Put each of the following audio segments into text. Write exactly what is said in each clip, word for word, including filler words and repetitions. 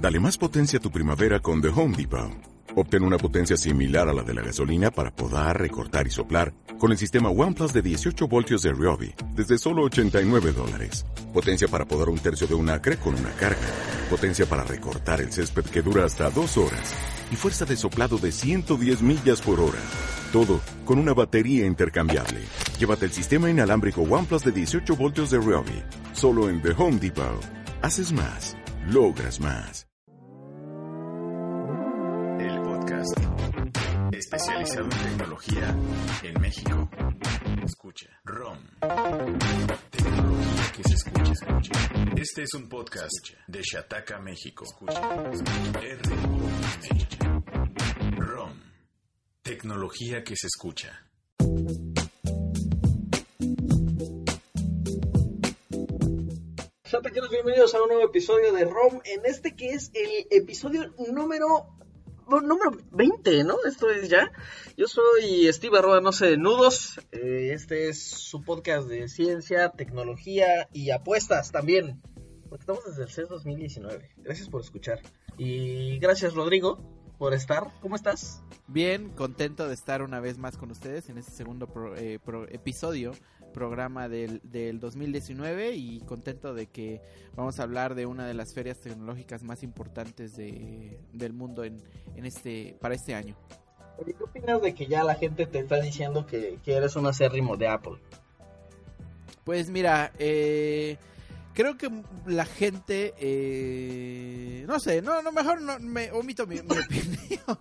Dale más potencia a tu primavera con The Home Depot. Obtén una potencia similar a la de la gasolina para podar, recortar y soplar con el sistema OnePlus de dieciocho voltios de Ryobi desde solo ochenta y nueve dólares. Potencia para podar un tercio de un acre con una carga. Potencia para recortar el césped que dura hasta dos horas. Y fuerza de soplado de ciento diez millas por hora. Todo con una batería intercambiable. Llévate el sistema inalámbrico OnePlus de dieciocho voltios de Ryobi. Solo en The Home Depot. Haces más. Logras más. Especializado en tecnología en México. Escucha ROM. Tecnología que se escucha, escucha. Este es un podcast de Shataka, México. Escucha. R O M. ROM. Tecnología que se escucha. Shatakeros, bienvenidos a un nuevo episodio de ROM. En este que es el episodio número... número veinte, ¿no? Esto es ya. Yo soy Steve arroba no sé de nudos. Eh, este es su podcast de ciencia, tecnología y apuestas también. Porque estamos desde el C E S dos mil diecinueve. Gracias por escuchar. Y gracias, Rodrigo, por estar. ¿Cómo estás? Bien, contento de estar una vez más con ustedes en este segundo pro, eh, pro, episodio, programa del, del dos mil diecinueve, y contento de que vamos a hablar de una de las ferias tecnológicas más importantes de, del mundo en, en este para este año. ¿Qué opinas de que ya la gente te está diciendo que, que eres un acérrimo de Apple? Pues mira, eh, creo que la gente, eh, no sé, no, no mejor no me omito mi, mi opinión.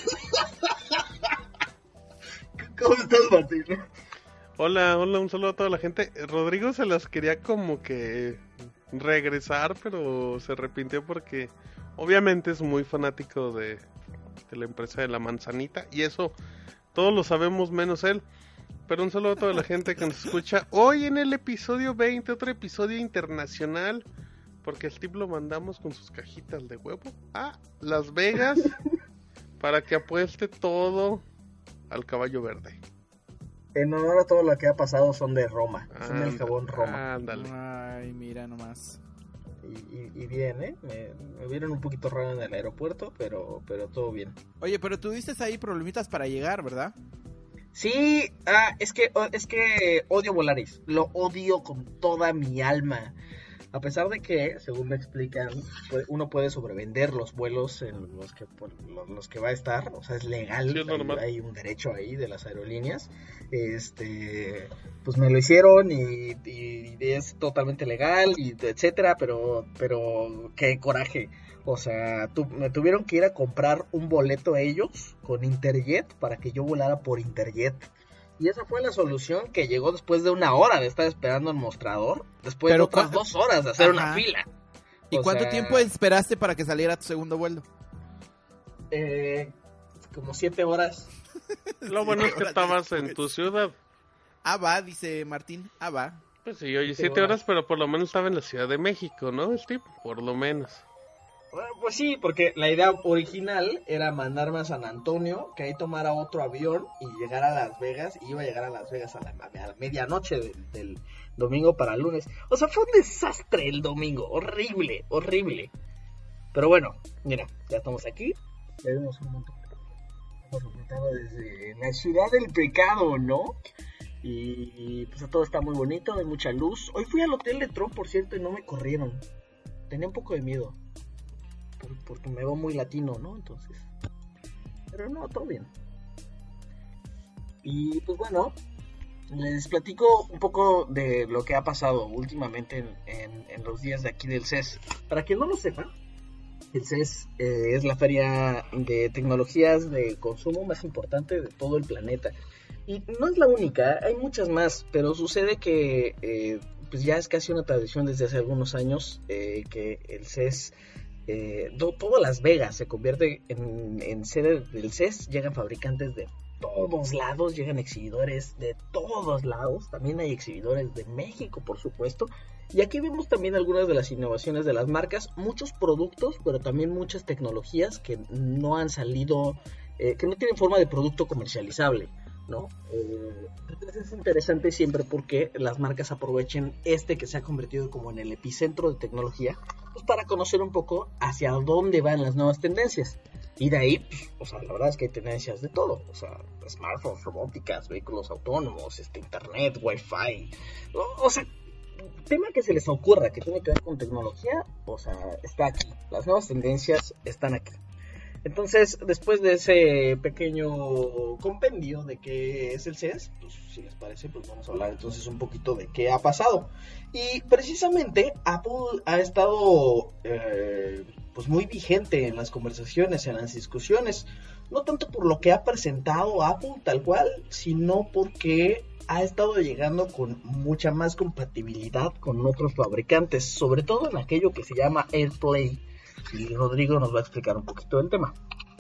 ¿Cómo estás, Martín? Hola, hola, un saludo a toda la gente. Rodrigo se las quería como que regresar, pero se arrepintió porque obviamente es muy fanático de, de la empresa de la manzanita, y eso todos lo sabemos menos él. Pero un saludo a toda la gente que nos escucha hoy en el episodio veinte, otro episodio internacional, porque el tip lo mandamos con sus cajitas de huevo a Las Vegas para que apueste todo al caballo verde. En honor a todo lo que ha pasado, son de Roma. Son del jabón Roma. Ándale. Ay, mira nomás. Y, y, y bien, ¿eh? Me, me vieron un poquito raro en el aeropuerto, pero pero todo bien. Oye, pero tú diste ahí problemitas para llegar, ¿verdad? Sí, ah, es que es que odio Volaris. Lo odio con toda mi alma. A pesar de que, según me explican, uno puede sobrevender los vuelos en los que los que va a estar, o sea, es legal, sí, es normal. Hay, hay un derecho ahí de las aerolíneas. Este, pues me lo hicieron y, y es totalmente legal y etcétera, pero pero qué coraje. O sea, tu, me tuvieron que ir a comprar un boleto ellos con Interjet para que yo volara por Interjet. Y esa fue la solución que llegó después de una hora de estar esperando el mostrador. Después Pero de otras cu- dos horas de hacer Ajá. una fila. ¿Y O cuánto sea, tiempo esperaste para que saliera tu segundo vuelo? Eh, como siete horas. Lo bueno es que estabas en tu ciudad. Ah, va, dice Martín. Ah, va. Pues sí, oye, Siete siete horas. horas, pero por lo menos estaba en la Ciudad de México, ¿no, Steve? Por lo menos. Bueno, pues sí, porque la idea original era mandarme a San Antonio, que ahí tomara otro avión y llegar a Las Vegas. Y iba a llegar a Las Vegas a la, a la medianoche de, del domingo para el lunes. O sea, fue un desastre el domingo. Horrible, horrible. Pero bueno, mira, ya estamos aquí. Ya vemos un montón. Hemos reportado desde la ciudad del pecado, ¿no? Y pues todo está muy bonito, hay mucha luz. Hoy fui al hotel de Tron, por cierto, y no me corrieron. Tenía un poco de miedo. Por, porque me veo muy latino, ¿no? Entonces. Pero no, todo bien. Y pues bueno, les platico un poco de lo que ha pasado últimamente en, en, en los días de aquí del C E S. Para quien no lo sepa, el C E S eh, es la feria de tecnologías de consumo más importante de todo el planeta. Y no es la única, hay muchas más, pero sucede que eh, pues ya es casi una tradición desde hace algunos años eh, que el C E S, eh, do, todo Las Vegas se convierte en, en sede del C E S. Llegan fabricantes de todos lados, llegan exhibidores de todos lados, también hay exhibidores de México, por supuesto. Y aquí vemos también algunas de las innovaciones de las marcas, muchos productos, pero también muchas tecnologías que no han salido, eh, que no tienen forma de producto comercializable, ¿no? Eh, entonces es interesante siempre porque las marcas aprovechen este que se ha convertido como en el epicentro de tecnología, pues para conocer un poco hacia dónde van las nuevas tendencias. Y de ahí, pues, o sea, la verdad es que hay tendencias de todo, o sea, smartphones, robóticas, vehículos autónomos, este, internet, wifi, o, o sea, tema que se les ocurra que tiene que ver con tecnología, o sea, está aquí, las nuevas tendencias están aquí. Entonces, después de ese pequeño compendio de qué es el C E S, pues si les parece, pues vamos a hablar entonces un poquito de qué ha pasado. Y precisamente Apple ha estado eh, pues muy vigente en las conversaciones, en las discusiones, no tanto por lo que ha presentado Apple tal cual, sino porque ha estado llegando con mucha más compatibilidad con otros fabricantes, sobre todo en aquello que se llama AirPlay. Y Rodrigo nos va a explicar un poquito del tema.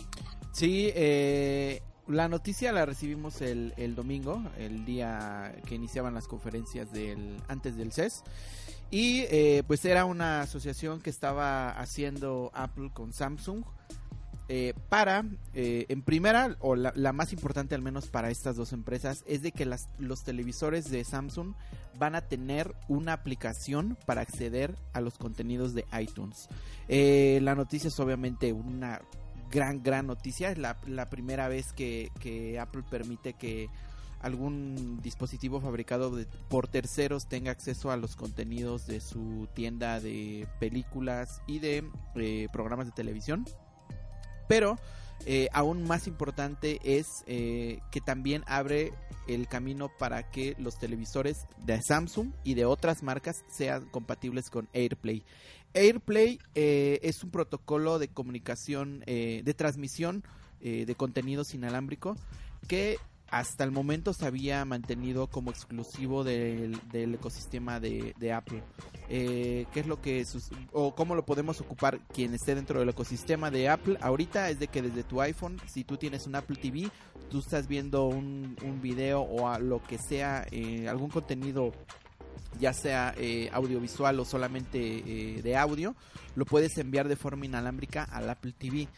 Sí, eh, la noticia la recibimos el, el domingo, el día que iniciaban las conferencias del antes del C E S. Y eh, pues era una asociación que estaba haciendo Apple con Samsung eh, para, eh, en primera, o la, la más importante al menos para estas dos empresas, es de que las, los televisores de Samsung van a tener una aplicación para acceder a los contenidos de iTunes. Eh, la noticia es obviamente una gran, gran noticia. Es la, la primera vez que, que Apple permite que algún dispositivo fabricado de, por terceros tenga acceso a los contenidos de su tienda de películas y de eh, programas de televisión. Pero eh, aún más importante es eh, que también abre el camino para que los televisores de Samsung y de otras marcas sean compatibles con AirPlay. AirPlay eh, es un protocolo de comunicación, eh, de transmisión eh, de contenidos inalámbrico que hasta el momento se había mantenido como exclusivo del, del ecosistema de, de Apple. Eh, ¿Qué es lo que sus, o cómo lo podemos ocupar quien esté dentro del ecosistema de Apple? Ahorita es de que desde tu iPhone, si tú tienes un Apple T V, tú estás viendo un, un video o a lo que sea, eh, algún contenido, ya sea eh, audiovisual o solamente eh, de audio, lo puedes enviar de forma inalámbrica al Apple T V.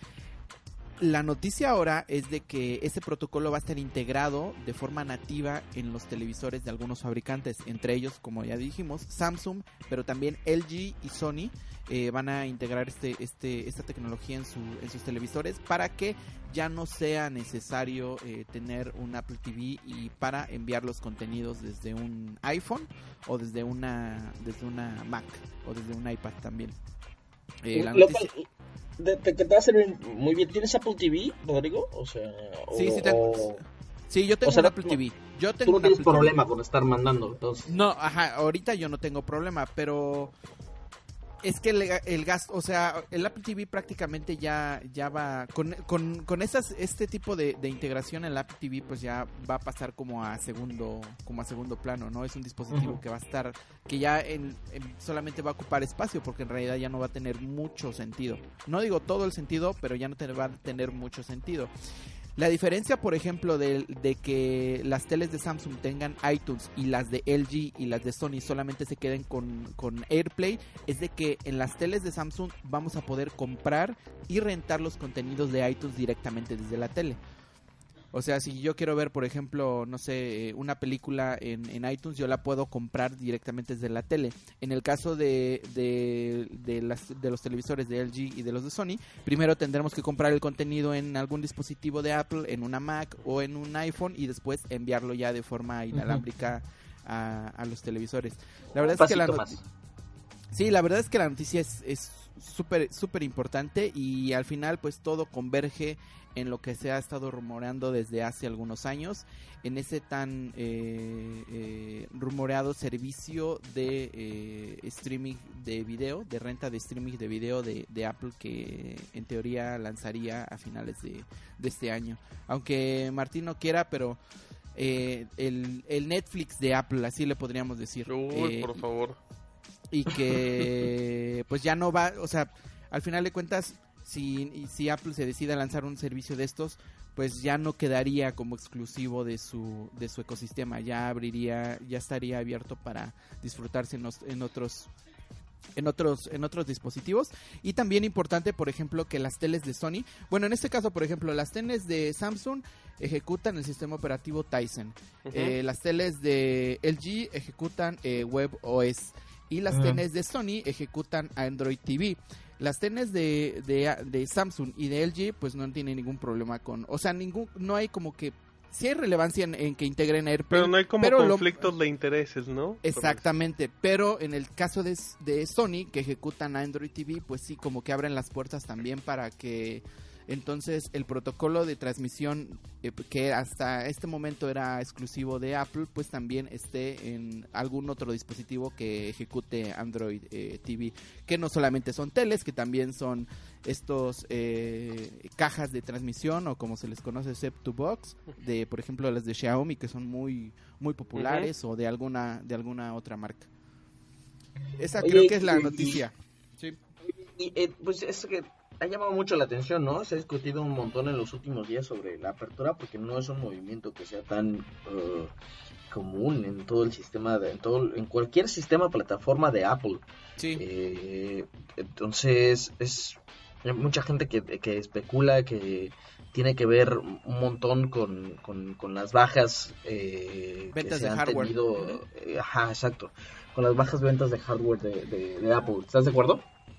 La noticia ahora es de que ese protocolo va a estar integrado de forma nativa en los televisores de algunos fabricantes, entre ellos, como ya dijimos, Samsung, pero también L G y Sony eh, van a integrar este, este, esta tecnología en, su, en sus televisores para que ya no sea necesario eh, tener un Apple T V y para enviar los contenidos desde un iPhone o desde una, desde una Mac o desde un iPad también. Eh, la noticia... De, de, que te va a servir muy bien. ¿Tienes Apple T V, Rodrigo? O sea, o, sí, sí, tengo, o... sí, yo tengo o sea, un Apple T V. Yo tengo tú no un tienes Apple problema T V. con estar mandando, entonces. No, ajá, ahorita yo no tengo problema, pero es que el, el gasto, o sea, el Apple T V prácticamente ya ya va con con, con esas este tipo de, de integración, el Apple T V pues ya va a pasar como a segundo como a segundo plano, ¿no? Es un dispositivo uh-huh. que va a estar que ya en, en, solamente va a ocupar espacio porque en realidad ya no va a tener mucho sentido. No digo todo el sentido, pero ya no te, va a tener mucho sentido. La diferencia, por ejemplo, de, de que las teles de Samsung tengan iTunes y las de L G y las de Sony solamente se queden con, con AirPlay, es de que en las teles de Samsung vamos a poder comprar y rentar los contenidos de iTunes directamente desde la tele. O sea, si yo quiero ver, por ejemplo, no sé, una película en, en iTunes, yo la puedo comprar directamente desde la tele. En el caso de, de, de, las, de los televisores de L G y de los de Sony, primero tendremos que comprar el contenido en algún dispositivo de Apple, en una Mac o en un iPhone, y después enviarlo ya de forma inalámbrica uh-huh. a, a los televisores. La verdad es que la not- Sí, la verdad es que la noticia es es súper súper importante y al final pues todo converge en lo que se ha estado rumoreando desde hace algunos años, en ese tan eh, eh, rumoreado servicio de eh, streaming de video, de renta de streaming de video de, de Apple, que en teoría lanzaría a finales de, de este año. Aunque Martín no quiera, pero eh, el, el Netflix de Apple, así le podríamos decir. Uy, eh, por favor. Y que pues ya no va, o sea, al final de cuentas, si, si Apple se decide a lanzar un servicio de estos, pues ya no quedaría como exclusivo de su de su ecosistema, ya abriría, ya estaría abierto para disfrutarse en, los, en otros en otros en otros dispositivos. Y también importante, por ejemplo, que las teles de Sony, bueno, en este caso, por ejemplo, las teles de Samsung ejecutan el sistema operativo Tizen. Uh-huh. Eh, las teles de L G ejecutan eh, WebOS y las uh-huh. teles de Sony ejecutan Android T V. Las teles de, de, de Samsung y de L G pues no tienen ningún problema con, o sea, ningún no hay como que sí hay relevancia en, en que integren AirPlay. Pero no hay como pero conflictos lo, de intereses, ¿no? Exactamente, pero en el caso de, de Sony, que ejecutan Android T V, pues sí, como que abren las puertas también para que entonces el protocolo de transmisión eh, que hasta este momento era exclusivo de Apple, pues también esté en algún otro dispositivo que ejecute Android eh, T V, que no solamente son teles, que también son estos eh, cajas de transmisión, o como se les conoce, set to box, de por ejemplo las de Xiaomi, que son muy muy populares, uh-huh. o de alguna de alguna otra marca. Esa Oye, creo que es la y, noticia. Y, sí. Y, eh, pues es que ha llamado mucho la atención, ¿no? Se ha discutido un montón en los últimos días sobre la apertura, porque no es un movimiento que sea tan uh, común en todo el sistema, de, en todo, en cualquier sistema plataforma de Apple. Sí. Eh, entonces es hay mucha gente que, que especula que tiene que ver un montón con, con, con las bajas eh, ventas que se de han hardware. tenido. Eh, ajá, exacto. Con las bajas ventas de hardware de, de, de Apple. ¿Estás de acuerdo?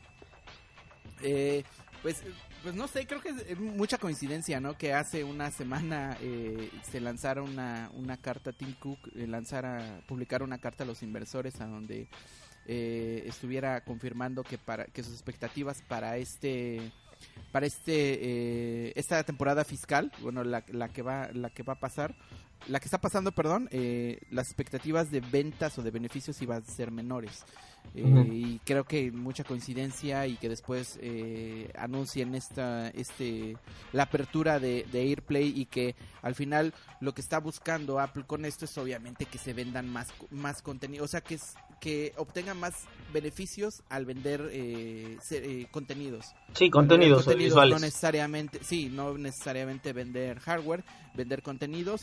Eh, pues, pues no sé, creo que es mucha coincidencia, ¿no? Que hace una semana eh, se lanzara una, una carta, Tim Cook eh, lanzara, publicara una carta a los inversores a donde eh, estuviera confirmando que para que sus expectativas para este para este eh, esta temporada fiscal, bueno, la, la que va la que va a pasar, la que está pasando, perdón, eh, las expectativas de ventas o de beneficios iban a ser menores. Eh, uh-huh. Y creo que mucha coincidencia y que después eh, anuncien esta este la apertura de, de AirPlay, y que al final lo que está buscando Apple con esto es obviamente que se vendan más más contenido, o sea, que es, que obtengan más beneficios al vender eh, eh, contenidos. Sí, contenidos, contenidos visuales. No necesariamente, sí, no necesariamente vender hardware, vender contenidos.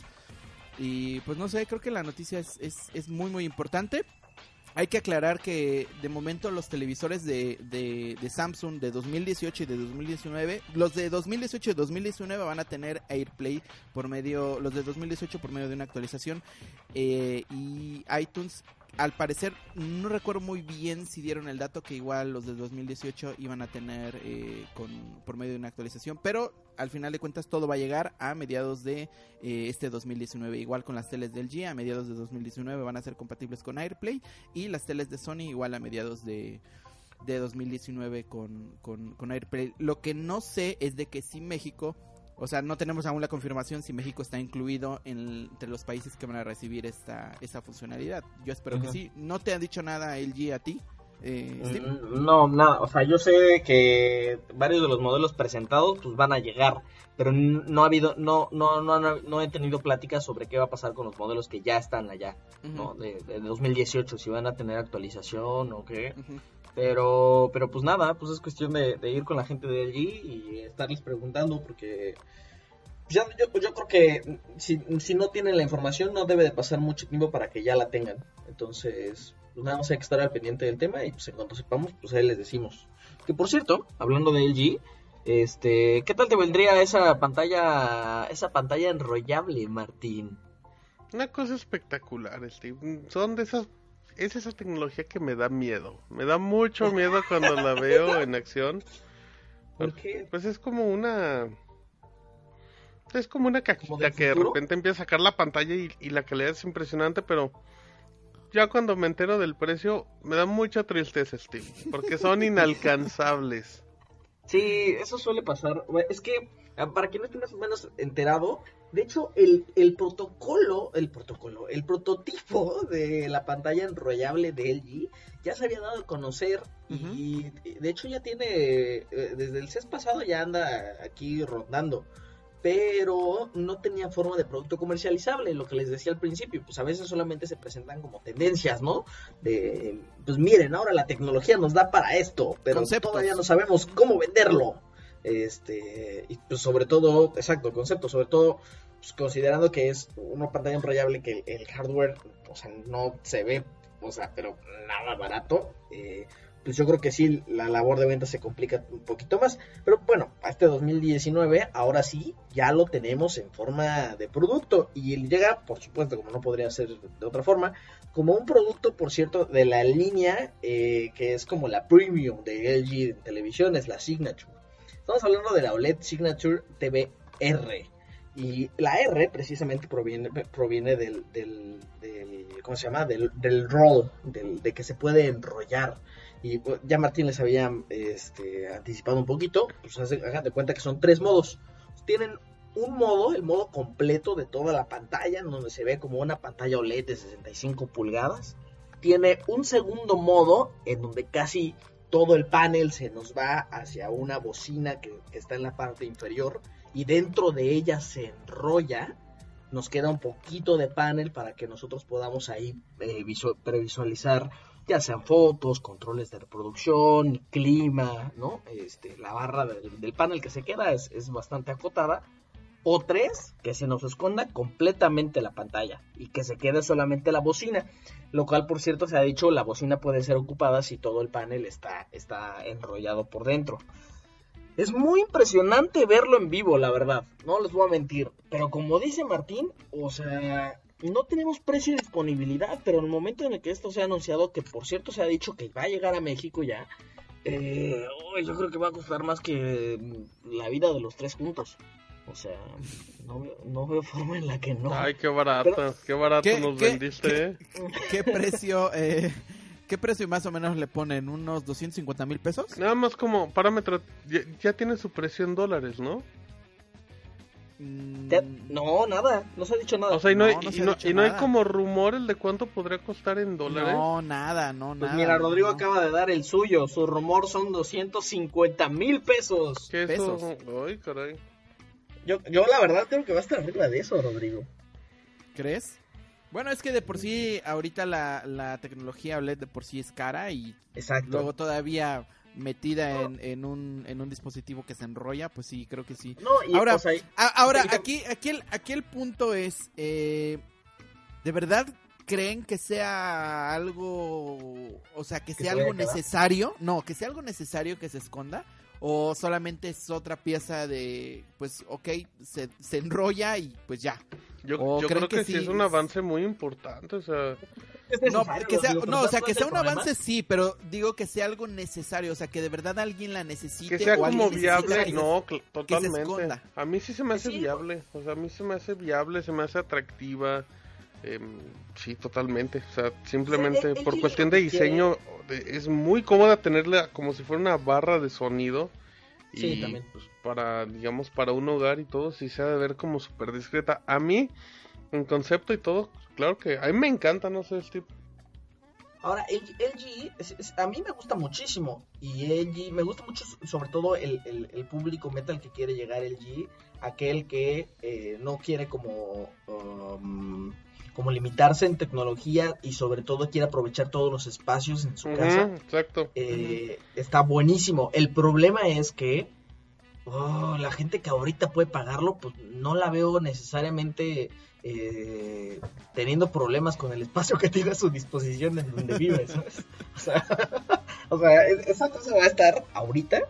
Y pues no sé, creo que la noticia es, es, es muy muy importante. Hay que aclarar que de momento los televisores de, de, de Samsung de dos mil dieciocho y de dos mil diecinueve, los de dos mil dieciocho y dos mil diecinueve van a tener AirPlay por medio, los de dos mil dieciocho por medio de una actualización, eh, y iTunes, al parecer, no recuerdo muy bien si dieron el dato que igual los de dos mil dieciocho iban a tener eh, con por medio de una actualización, pero al final de cuentas todo va a llegar a mediados de eh, este dos mil diecinueve, igual con las teles de L G a mediados de dos mil diecinueve van a ser compatibles con AirPlay, y las teles de Sony igual a mediados de, de dos mil diecinueve con, con, con AirPlay. Lo que no sé es de que si México, o sea, no tenemos aún la confirmación si México está incluido en, entre los países que van a recibir esta, esta funcionalidad. Yo espero uh-huh. que sí. ¿No te han dicho nada L G a ti? Eh, no, nada, o sea, yo sé que varios de los modelos presentados pues van a llegar, pero no ha habido, no, no, no, no, no he tenido pláticas sobre qué va a pasar con los modelos que ya están allá, uh-huh. ¿no? De, de dos mil dieciocho, si van a tener actualización o qué. Uh-huh. Pero, pero pues nada, pues es cuestión de, de ir con la gente de L G y estarles preguntando, porque ya, yo, yo creo que si, si no tienen la información no debe de pasar mucho tiempo para que ya la tengan. Entonces, pues nada más hay que estar al pendiente del tema, y pues en cuanto sepamos, pues ahí les decimos. Que por cierto, hablando de L G, este, ¿qué tal te vendría esa pantalla, esa pantalla enrollable, Martín? Una cosa espectacular, Steve. Son de esas Es esa tecnología que me da miedo. Me da mucho miedo cuando la veo en acción. ¿Por qué? Pues es como una... Es como una cajita que de repente empieza a sacar la pantalla y, y la calidad es impresionante, pero ya cuando me entero del precio me da mucha tristeza, Steve, porque son inalcanzables. Sí, eso suele pasar. Es que, para quien no esté más o menos enterado, de hecho, el, el protocolo, el protocolo, el prototipo de la pantalla enrollable de L G ya se había dado a conocer, uh-huh. y de hecho ya tiene, desde el C E S pasado ya anda aquí rondando, pero no tenía forma de producto comercializable, lo que les decía al principio, pues a veces solamente se presentan como tendencias, ¿no? De, pues miren, ahora la tecnología nos da para esto, pero Conceptos. Todavía no sabemos cómo venderlo. Este, y pues sobre todo, exacto, concepto, sobre todo pues, considerando que es una pantalla enrollable, que el, el hardware, o sea, no se ve, o sea, pero nada barato, eh, pues yo creo que sí, la labor de venta se complica un poquito más. Pero bueno, a este dos mil diecinueve, ahora sí, ya lo tenemos en forma de producto. Y llega, por supuesto, como no podría ser de otra forma, como un producto, por cierto, de la línea eh, que es como la premium de L G en televisión, es la Signature. Estamos hablando de la O L E D Signature T V R. Y la R precisamente proviene, proviene del, del, del, ¿cómo se llama? Del, del roll, del, de que se puede enrollar. Y ya Martín les había este, anticipado un poquito, pues hagan de cuenta que son tres modos. Tienen un modo, el modo completo de toda la pantalla, en donde se ve como una pantalla O L E D de sesenta y cinco pulgadas. Tiene un segundo modo, en donde casi todo el panel se nos va hacia una bocina que, que está en la parte inferior, y dentro de ella se enrolla. Nos queda un poquito de panel para que nosotros podamos ahí eh, visual, previsualizar, ya sean fotos, controles de reproducción, clima, ¿no? Este, la barra del, del panel que se queda es, es bastante acotada. O tres, que se nos esconda completamente la pantalla y que se quede solamente la bocina. Lo cual, por cierto, se ha dicho, la bocina puede ser ocupada si todo el panel está, está enrollado por dentro. Es muy impresionante verlo en vivo, la verdad, no les voy a mentir. Pero como dice Martín, o sea, no tenemos precio y disponibilidad, pero en el momento en el que esto se ha anunciado, que por cierto se ha dicho que va a llegar a México ya, eh, oh, yo creo que va a costar más que la vida de los tres juntos. O sea, no veo, no veo forma en la que no. Ay, qué barato, pero, qué barato ¿qué, nos qué, vendiste, qué, ¿eh? ¿Qué precio, eh, qué precio más o menos le ponen? ¿Unos doscientos cincuenta mil pesos? Nada más como parámetro, ya, ya tiene su precio en dólares, ¿no? Ya, no, nada, no se ha dicho nada. O sea, y no, hay, no, no y no, y no hay como rumores de cuánto podría costar en dólares. No, nada, no, pues nada. Mira, Rodrigo no. acaba de dar el suyo, su rumor son doscientos cincuenta mil pesos. ¿Qué pesos? Eso? Ay, caray. Yo, yo la verdad creo que va a estar arriba de eso, Rodrigo. ¿Crees? Bueno, es que de por sí, ahorita la, la tecnología O L E D de por sí es cara y Exacto. luego todavía metida en, en un en un dispositivo que se enrolla, pues sí, creo que sí. No, y, ahora, o sea, a, ahora aquí, aquí, el, aquí el punto es, eh, ¿de verdad creen que sea algo, o sea, que sea algo necesario? No, que sea algo necesario que se esconda. ¿O solamente es otra pieza de, pues, ok, se, se enrolla y pues ya? Yo, yo creo que, que sí es un avance muy importante, o sea... No, que sea, no, o sea, que sea un avance sí, pero digo que sea algo necesario, o sea, que de verdad alguien la necesite. Que sea o como viable, no, que totalmente. A mí sí se me hace sí, viable, o sea, a mí se me hace viable, se me hace atractiva. Eh, sí, totalmente, o sea, simplemente o sea, por cuestión de diseño de, es muy cómoda tenerla como si fuera una barra de sonido y sí, también. Pues, para, digamos, para un hogar y todo, sí se ha de ver como súper discreta. A mí, en concepto y todo, claro que a mí me encanta, no sé, el tipo. Ahora, L G, es, es, a mí me gusta muchísimo, y L G, me gusta mucho sobre todo el, el, el público metal que quiere llegar L G, aquel que eh, no quiere como... Um, como limitarse en tecnología y sobre todo quiere aprovechar todos los espacios en su uh-huh, casa. Exacto. Eh, uh-huh. Está buenísimo. El problema es que oh, la gente que ahorita puede pagarlo, pues no la veo necesariamente eh, teniendo problemas con el espacio que tiene a su disposición en donde vive, ¿sabes? O sea, o sea, esa cosa va a estar ahorita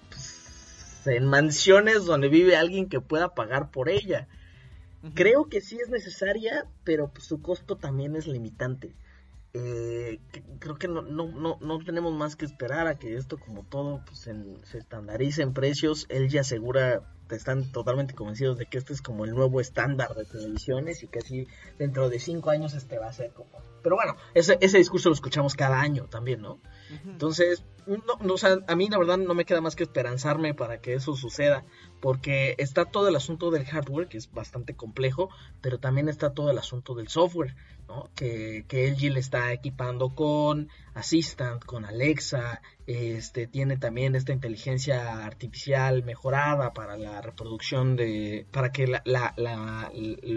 pues, en mansiones donde vive alguien que pueda pagar por ella. Creo que sí es necesaria, pero pues, su costo también es limitante. Eh, que, creo que no, no, no, no tenemos más que esperar a que esto, como todo, pues, en, se estandarice en precios. Él ya asegura, están totalmente convencidos de que este es como el nuevo estándar de televisiones y que así dentro de cinco años este va a ser como... Pero bueno, ese, ese discurso lo escuchamos cada año también, ¿no? Uh-huh. Entonces, no, no, o sea, a mí la verdad no me queda más que esperanzarme para que eso suceda, porque está todo el asunto del hardware, que es bastante complejo, pero también está todo el asunto del software, ¿no? Que, que L G le está equipando con Assistant, con Alexa, este tiene también esta inteligencia artificial mejorada para la reproducción de, para que la, la, la,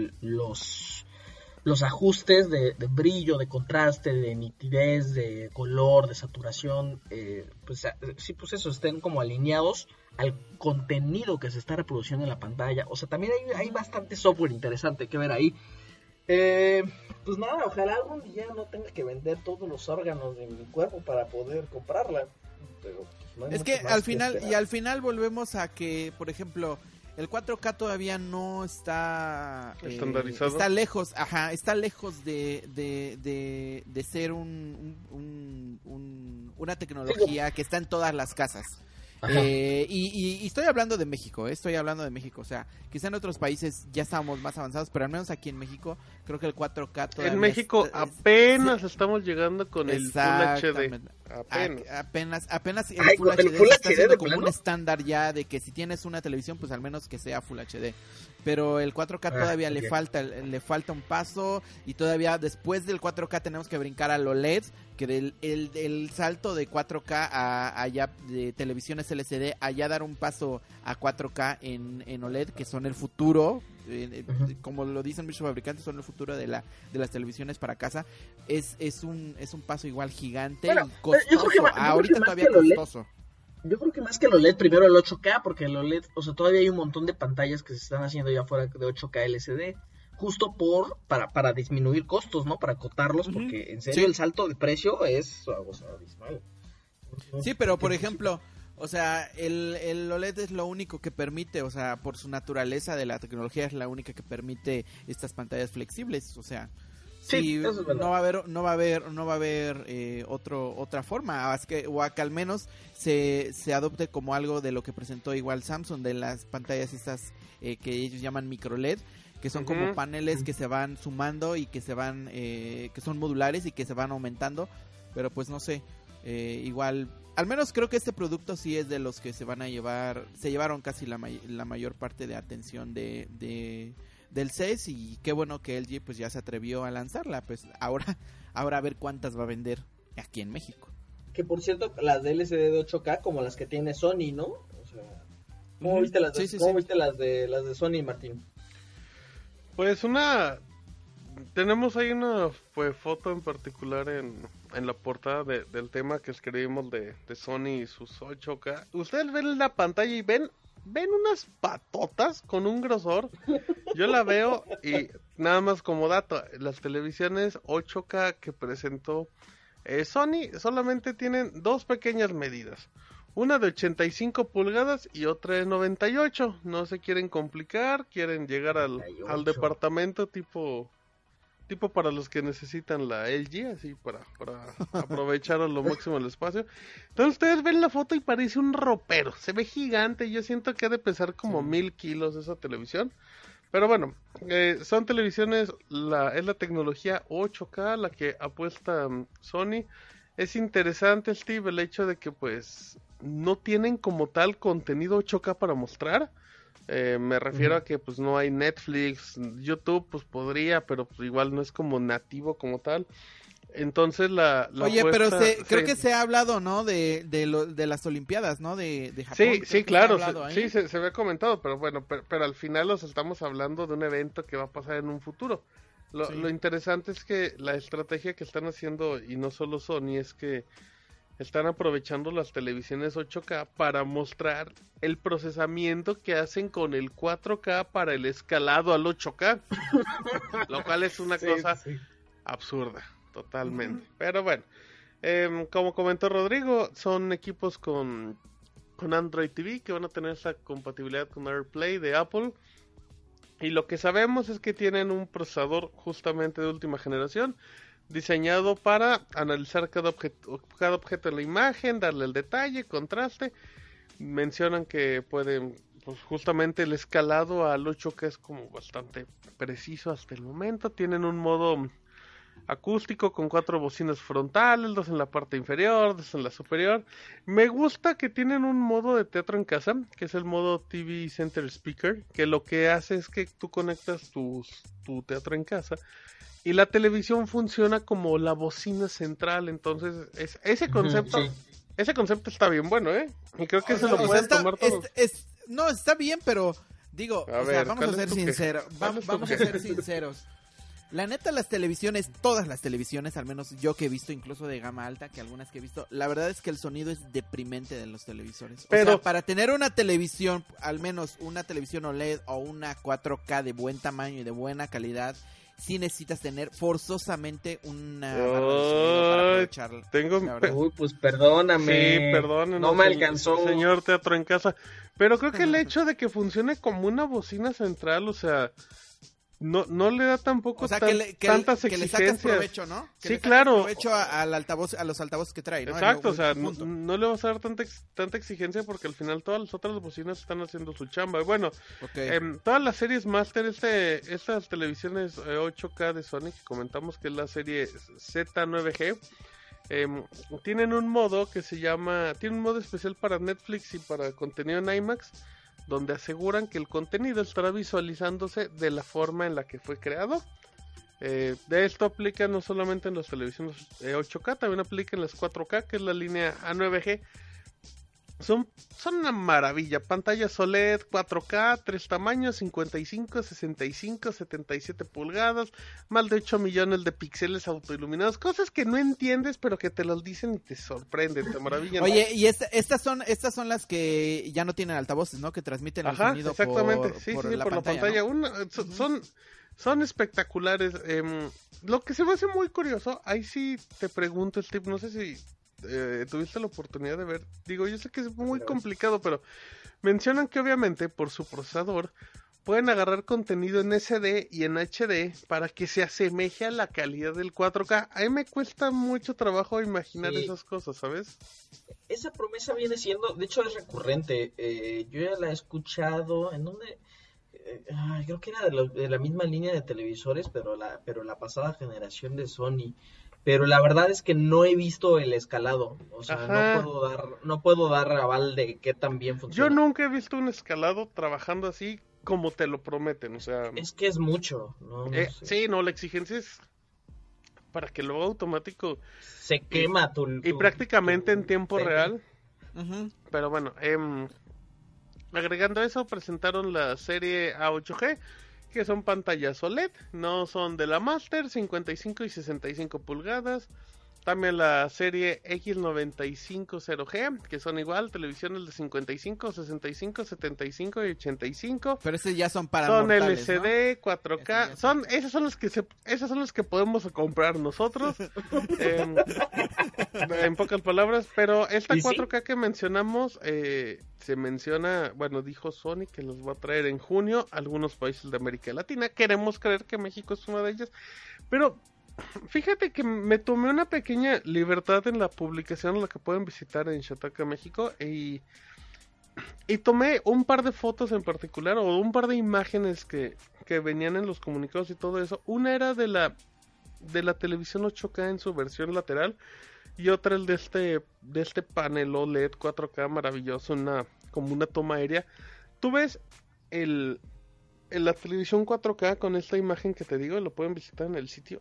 los los ajustes de, de brillo, de contraste, de nitidez, de color, de saturación, eh, pues sí, pues eso, estén como alineados al contenido que se está reproduciendo en la pantalla. O sea, también hay, hay bastante software interesante que ver ahí. Eh, pues nada, ojalá algún día no tenga que vender todos los órganos de mi cuerpo para poder comprarla. Pero pues, no hay Es mucho que más al final, esperar. y al final volvemos a que, por ejemplo, el cuatro K todavía no está eh, Estandarizado. está lejos, ajá, está lejos de, de, de, de ser un, un, un- una tecnología que está en todas las casas. Eh, y, y, y estoy hablando de México, eh, estoy hablando de México, o sea, quizá en otros países ya estábamos más avanzados, pero al menos aquí en México creo que el cuatro K todavía En México es- es- apenas estamos llegando con el Full H D. Exactamente. Apenas. A- apenas, apenas el Ay, Full ¿con el H D Full se está H D haciendo de como plano? un estándar ya de que si tienes una televisión, pues al menos que sea Full H D. Pero el cuatro K Ah, todavía le ok. falta le falta un paso y todavía después del cuatro K tenemos que brincar al O L E D, que del el, el salto de cuatro K a allá de televisiones L C D, allá dar un paso a cuatro K en, en O L E D, que son el futuro. Eh, eh, Ujú. como lo dicen muchos fabricantes, son el futuro de la de las televisiones para casa. Es es un es un paso igual gigante Bueno, y pero yo creo costoso. que ma- yo creo Ahorita que más todavía que el O L E D, costoso. Yo creo que más que el O L E D, primero el ocho K, porque el O L E D, o sea, todavía hay un montón de pantallas que se están haciendo ya fuera de ocho K L C D, justo por, para, para disminuir costos, ¿no? Para acotarlos, Ujú. porque en serio Sí. el salto de precio es, o sea, abismal. Sí, pero por ejemplo, o sea, el, el O L E D es lo único que permite, o sea, por su naturaleza de la tecnología es la única que permite estas pantallas flexibles, o sea, Sí, sí, eso es verdad. no va a haber, no va a haber, no va a haber eh, otro, otra forma, es que, o a que al menos se, se adopte como algo de lo que presentó igual Samsung, de las pantallas estas eh, que ellos llaman micro L E D, que son como Ujú. paneles que se van sumando y que se van, eh, que son modulares y que se van aumentando, pero pues no sé, eh, igual, al menos creo que este producto sí es de los que se van a llevar, se llevaron casi la, may- la mayor parte de atención de, de del C E S, y qué bueno que L G pues ya se atrevió a lanzarla, pues ahora, ahora a ver cuántas va a vender aquí en México. Que por cierto, las de L C D de ocho K, como las que tiene Sony, ¿no? O sea, ¿cómo Ujú. viste las de, Sí, sí, ¿cómo sí. viste las de las de Sony, Martín? Pues una... Tenemos ahí una pues, foto en particular en, en la portada de- del tema que escribimos de, de Sony y sus ocho K. Ustedes ven la pantalla y ven, ven unas patotas con un grosor. Yo la veo y nada más como dato, las televisiones ocho K que presentó eh, Sony solamente tienen dos pequeñas medidas. Una de ochenta y cinco pulgadas y otra de noventa y ocho. No se quieren complicar, quieren llegar al, noventa y ocho. al departamento tipo tipo para los que necesitan la L G, así para, para aprovechar a lo máximo el espacio. Entonces ustedes ven la foto y parece un ropero, se ve gigante. Yo siento que ha de pesar como Sí. mil kilos esa televisión. Pero bueno, eh, son televisiones, la, es la tecnología ocho K la que apuesta um, Sony. Es interesante, Steve, el hecho de que pues no tienen como tal contenido ocho K para mostrar. Eh, me refiero Ujú. a que pues no hay Netflix, YouTube pues podría, pero pues, igual no es como nativo como tal. Entonces la, la Oye, pero apuesta- se, creo sí. que se ha hablado, ¿no? De, de, lo, de las Olimpiadas, ¿no? De, de Japón. Sí, Creo sí, que se ha claro, hablado se- ahí. sí, se, se había comentado, pero bueno, pero, pero al final los estamos hablando de un evento que va a pasar en un futuro. Lo, Sí. lo interesante es que la estrategia que están haciendo, y no solo Sony, es que están aprovechando las televisiones ocho K para mostrar el procesamiento que hacen con el cuatro K para el escalado al ocho K, lo cual es una Sí, cosa sí. absurda, totalmente. Pero bueno, em, como comentó Rodrigo, son equipos con, con Android T V que van a tener esa compatibilidad con AirPlay de Apple. Y lo que sabemos es que tienen un procesador justamente de última generación, diseñado para analizar cada objeto, cada objeto en la imagen, darle el detalle, contraste. Mencionan que pueden, pues justamente el escalado al ocho K es como bastante preciso hasta el momento. Tienen un modo acústico con cuatro bocinas frontales, dos en la parte inferior, dos en la superior. Me gusta que tienen un modo de teatro en casa, que es el modo T V Center Speaker, que lo que hace es que tú conectas tus, tu teatro en casa y la televisión funciona como la bocina central. Entonces es, ese concepto Ujú, sí. ese concepto está bien bueno, ¿eh? Y creo que O se sea, lo o sea, pueden está- tomar todos. es- es- no, está bien, pero digo, A o sea, ver, vamos a ¿cuál es ser tu queja? sinceros. ¿Cuál va- es tu vamos a queja? ser sinceros. La neta, las televisiones, todas las televisiones, al menos yo que he visto, incluso de gama alta, que algunas que he visto, la verdad es que el sonido es deprimente de los televisores. O Pero- sea, para tener una televisión, al menos una televisión O L E D o una cuatro K de buen tamaño y de buena calidad, sí necesitas tener forzosamente una barra de sonido para aprovecharla. Tengo... Uy, pues perdóname. Sí, perdónenos. No me alcanzó. El señor teatro en casa. Pero creo que el hecho de que funcione como una bocina central, o sea... No, no le da tampoco o sea, tan, que le, que tantas que exigencias. le sacas provecho, ¿no? Que sí, le claro. provecho a, al altavoz, a los altavoces que trae, ¿no? Exacto, El, o sea, el no, no le vas a dar tanta, ex, tanta exigencia porque al final todas las otras bocinas están haciendo su chamba. Y bueno, okay. eh, todas las series Master, este, estas televisiones eh, ocho K de Sony que comentamos que es la serie Z nueve G, eh, tienen un modo que se llama, tiene un modo especial para Netflix y para contenido en IMAX, donde aseguran que el contenido estará visualizándose de la forma en la que fue creado. Eh, de esto aplica no solamente en las televisiones eh, ocho K, también aplica en las cuatro K, que es la línea A nueve G. Son, son una maravilla, pantallas O L E D, cuatro K, tres tamaños, cincuenta y cinco, sesenta y cinco, setenta y siete pulgadas, más de ocho millones de píxeles autoiluminados, cosas que no entiendes pero que te los dicen y te sorprenden, te maravillan. Oye, y esta, estas son estas son las que ya no tienen altavoces, ¿no? Que transmiten el Ajá, sonido exactamente. por, sí, por, sí, la, por pantalla, la pantalla. ¿no? Una, son, son, son espectaculares. Eh, lo que se me hace muy curioso, ahí sí te pregunto, Steve, no sé si eh, tuviste la oportunidad de ver, digo, yo sé que es muy complicado, pero mencionan que obviamente por su procesador pueden agarrar contenido en S D y en H D para que se asemeje a la calidad del cuatro K. A mí me cuesta mucho trabajo imaginar sí. esas cosas, ¿sabes? Esa promesa viene siendo, de hecho es recurrente, eh, yo ya la he escuchado, ¿en dónde? Eh, creo que era de, lo, de la misma línea de televisores, pero la, pero la pasada generación de Sony. Pero la verdad es que no he visto el escalado, o sea, Ajá. no puedo dar no puedo dar aval de qué tan bien funciona. Yo nunca he visto un escalado trabajando así como te lo prometen, o sea... Es que es mucho, ¿no? no eh, sé. Sí, no, la exigencia es para que lo haga automático. Se quema y, tu... Y tu, prácticamente tu, en tiempo tu... real. Uh-huh. Pero bueno, eh, agregando eso, presentaron la serie A ocho G, que son pantallas O L E D, no son de la Master, cincuenta y cinco y sesenta y cinco pulgadas. También la serie X noventa y cinco cero G, que son igual, televisiones de cincuenta y cinco, sesenta y cinco, setenta y cinco y ochenta y cinco. Pero esos ya son para Son mortales, L C D, ¿no? cuatro K, son, son esas son las que se, esas son las que podemos comprar nosotros. eh, en pocas palabras, pero esta cuatro K sí? que mencionamos, eh, se menciona, bueno, dijo Sony que los va a traer en junio a algunos países de América Latina. Queremos creer que México es una de ellas, pero fíjate que me tomé una pequeña libertad en la publicación, la que pueden visitar en Shataka México, y, y tomé un par de fotos en particular, o un par de imágenes que, que venían en los comunicados y todo eso. Una era de la de la televisión ocho K en su versión lateral, y otra el de este de este panel O L E D cuatro K maravilloso, una como una toma aérea. Tú ves el en la televisión cuatro K con esta imagen que te digo, lo pueden visitar en el sitio.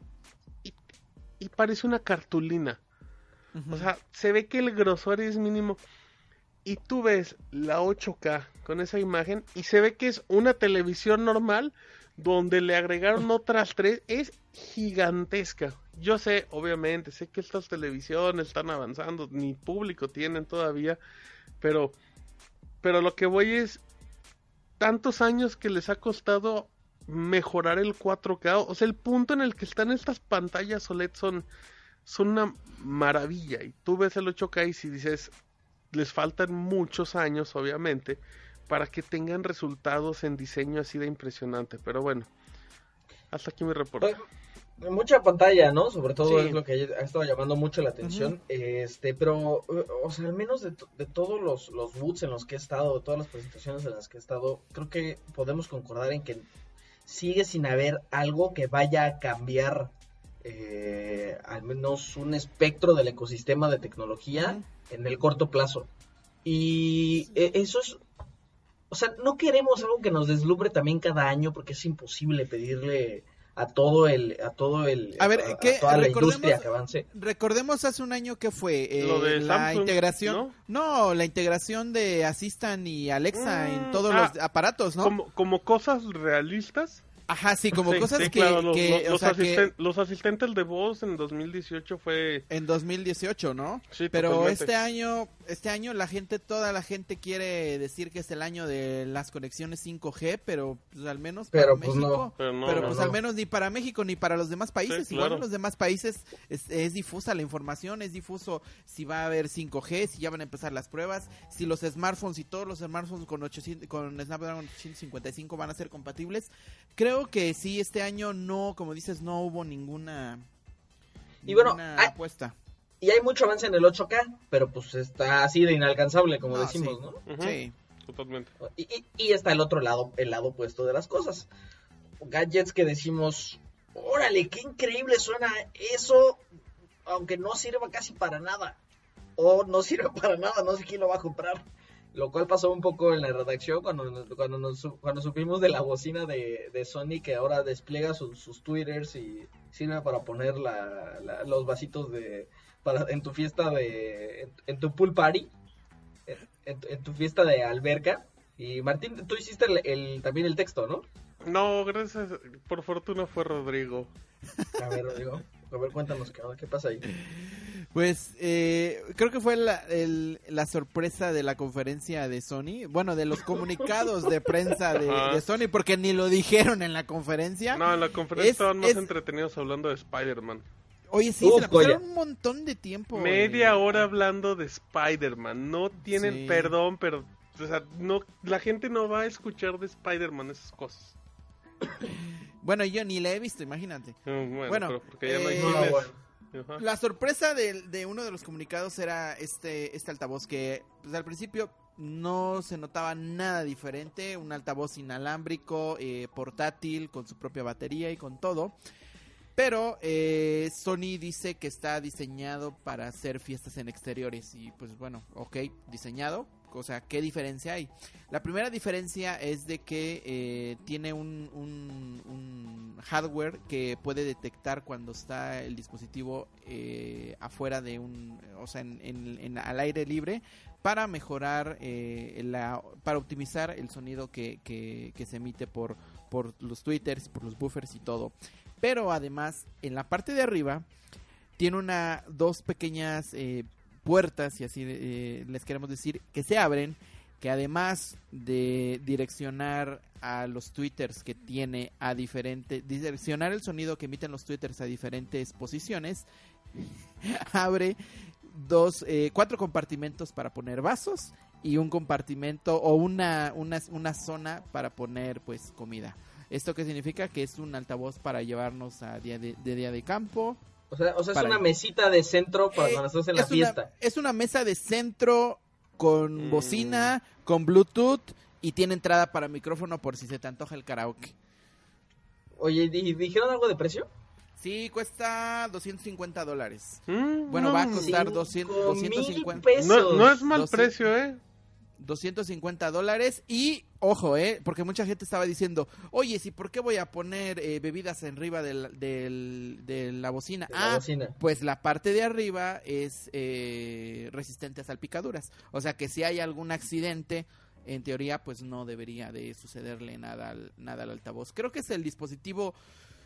Y parece una cartulina. Uh-huh. O sea, se ve que el grosor es mínimo. Y tú ves la ocho K con esa imagen y se ve que es una televisión normal donde le agregaron otras tres. Es gigantesca. Yo sé, obviamente, sé que estas televisiones están avanzando, ni público tienen todavía, pero, pero lo que voy es tantos años que les ha costado mejorar el cuatro K, o sea, el punto en el que están estas pantallas O L E D son, son una maravilla, y tú ves el ocho K y si dices, les faltan muchos años, obviamente, para que tengan resultados en diseño así de impresionante, pero bueno, hasta aquí mi reporte. Pues, mucha pantalla, ¿no? Sobre todo sí. es lo que ha estado llamando mucho la atención, uh-huh. este, pero, o sea, al menos de, de todos los, los booths en los que he estado, de todas las presentaciones en las que he estado, creo que podemos concordar en que sigue sin haber algo que vaya a cambiar eh, al menos un espectro del ecosistema de tecnología uh-huh. en el corto plazo. Y eh, eso es, o sea, no queremos algo que nos deslumbre también cada año, porque es imposible pedirle a todo el, a todo el, a ver, a, ¿qué? a toda la industria que avance. Recordemos hace un año que fue eh, Lo de la Samsung, integración, ¿no? no, la integración de Assistant y Alexa mm, en todos ah, los aparatos, ¿no? Como, como cosas realistas. Ajá, sí, como Sí, cosas sí, que, claro, los, que, los, o los sea, asisten- que los asistentes de voz en dos mil dieciocho fue... en dos mil dieciocho, ¿no? Sí, Pero totalmente. este año, este año la gente, toda la gente quiere decir que es el año de las conexiones cinco G, pero pues, al menos para Pero, pues, México, no. Pero no, pero no, pues no. al menos ni para México ni para los demás países. Sí, Igual claro. en los demás países es, es difusa la información, es difuso si va a haber cinco G, si ya van a empezar las pruebas, si los smartphones y todos los smartphones con, ochocientos, con Snapdragon ochocientos cincuenta y cinco van a ser compatibles. Creo que sí, este año no, como dices, no hubo ninguna, Y bueno, ninguna hay- apuesta. Y hay mucho avance en el ocho K, pero pues está así de inalcanzable, como No, decimos, sí. ¿no? Ujú, Sí. Totalmente. Y, y, y está el otro lado, el lado opuesto de las cosas. Gadgets que decimos, órale, qué increíble suena eso, aunque no sirva casi para nada. O no sirve para nada, no sé quién lo va a comprar. Lo cual pasó un poco en la redacción cuando, cuando, nos, cuando supimos de la bocina de, de Sony que ahora despliega sus, sus twitters y sirve para poner la, la, los vasitos de para en tu fiesta de en, en tu pool party, en, en, en tu fiesta de alberca. Y Martín, tú hiciste el, el también el texto, ¿no? No, gracias. Por fortuna fue Rodrigo. A ver, Rodrigo, a ver, cuéntanos qué, qué pasa ahí. Pues eh, creo que fue la, el- la sorpresa de la conferencia de Sony, bueno, de los comunicados de prensa de, Ajá. de Sony, porque ni lo dijeron en la conferencia. No, en la conferencia Es- estaban más es- entretenidos hablando de Spider-Man. Oye, sí, Uf, se la pasaron joya. un montón de tiempo. Media eh. hora hablando de Spider-Man. No tienen Sí. perdón, pero... O sea, no, la gente no va a escuchar de Spider-Man esas cosas. Bueno, yo ni la he visto, imagínate. Mm, Bueno, Bueno, pero porque ya no hay eh, No, cines. bueno. Ajá. La sorpresa de, de uno de los comunicados era este, este altavoz que pues, al principio no se notaba nada diferente, un altavoz inalámbrico, eh, portátil, con su propia batería y con todo. Pero eh, Sony dice que está diseñado para hacer fiestas en exteriores y pues bueno, ok, diseñado. O sea, ¿qué diferencia hay? La primera diferencia es de que eh, tiene un, un, un hardware que puede detectar cuando está el dispositivo eh, afuera de un, o sea, en, en, en- al aire libre para mejorar, eh, la, para optimizar el sonido que, que, que se emite por, por los tweeters, por los buffers y todo. Pero además, en la parte de arriba tiene una dos pequeñas eh, puertas, y así eh, les queremos decir, que se abren, que además de direccionar a los twitters que tiene a diferentes, direccionar el sonido que emiten los twitters a diferentes posiciones, abre dos, eh, cuatro compartimentos para poner vasos y un compartimento o una, una, una zona para poner pues comida. ¿Esto qué significa? Que es un altavoz para llevarnos a día de, de día de campo. O sea, o sea es Para una ahí. mesita de centro para Eh, cuando estás en la es fiesta. Una, es una mesa de centro con Mm. bocina, con Bluetooth y tiene entrada para micrófono por si se te antoja el karaoke. Oye, ¿y dijeron algo de precio? Sí, cuesta doscientos cincuenta dólares. Mm, Bueno, no, va a costar Cinco doscientos, mil doscientos cincuenta. pesos. no, no es mal doscientos precio, ¿eh? doscientos cincuenta dólares y ojo, eh, porque mucha gente estaba diciendo, oye, ¿sí por qué voy a poner eh, bebidas arriba del, del- de la bocina? De la ah, bocina. pues la parte de arriba es eh, resistente a salpicaduras, o sea que si hay algún accidente, en teoría, pues no debería de sucederle nada al, nada al altavoz. Creo que es el dispositivo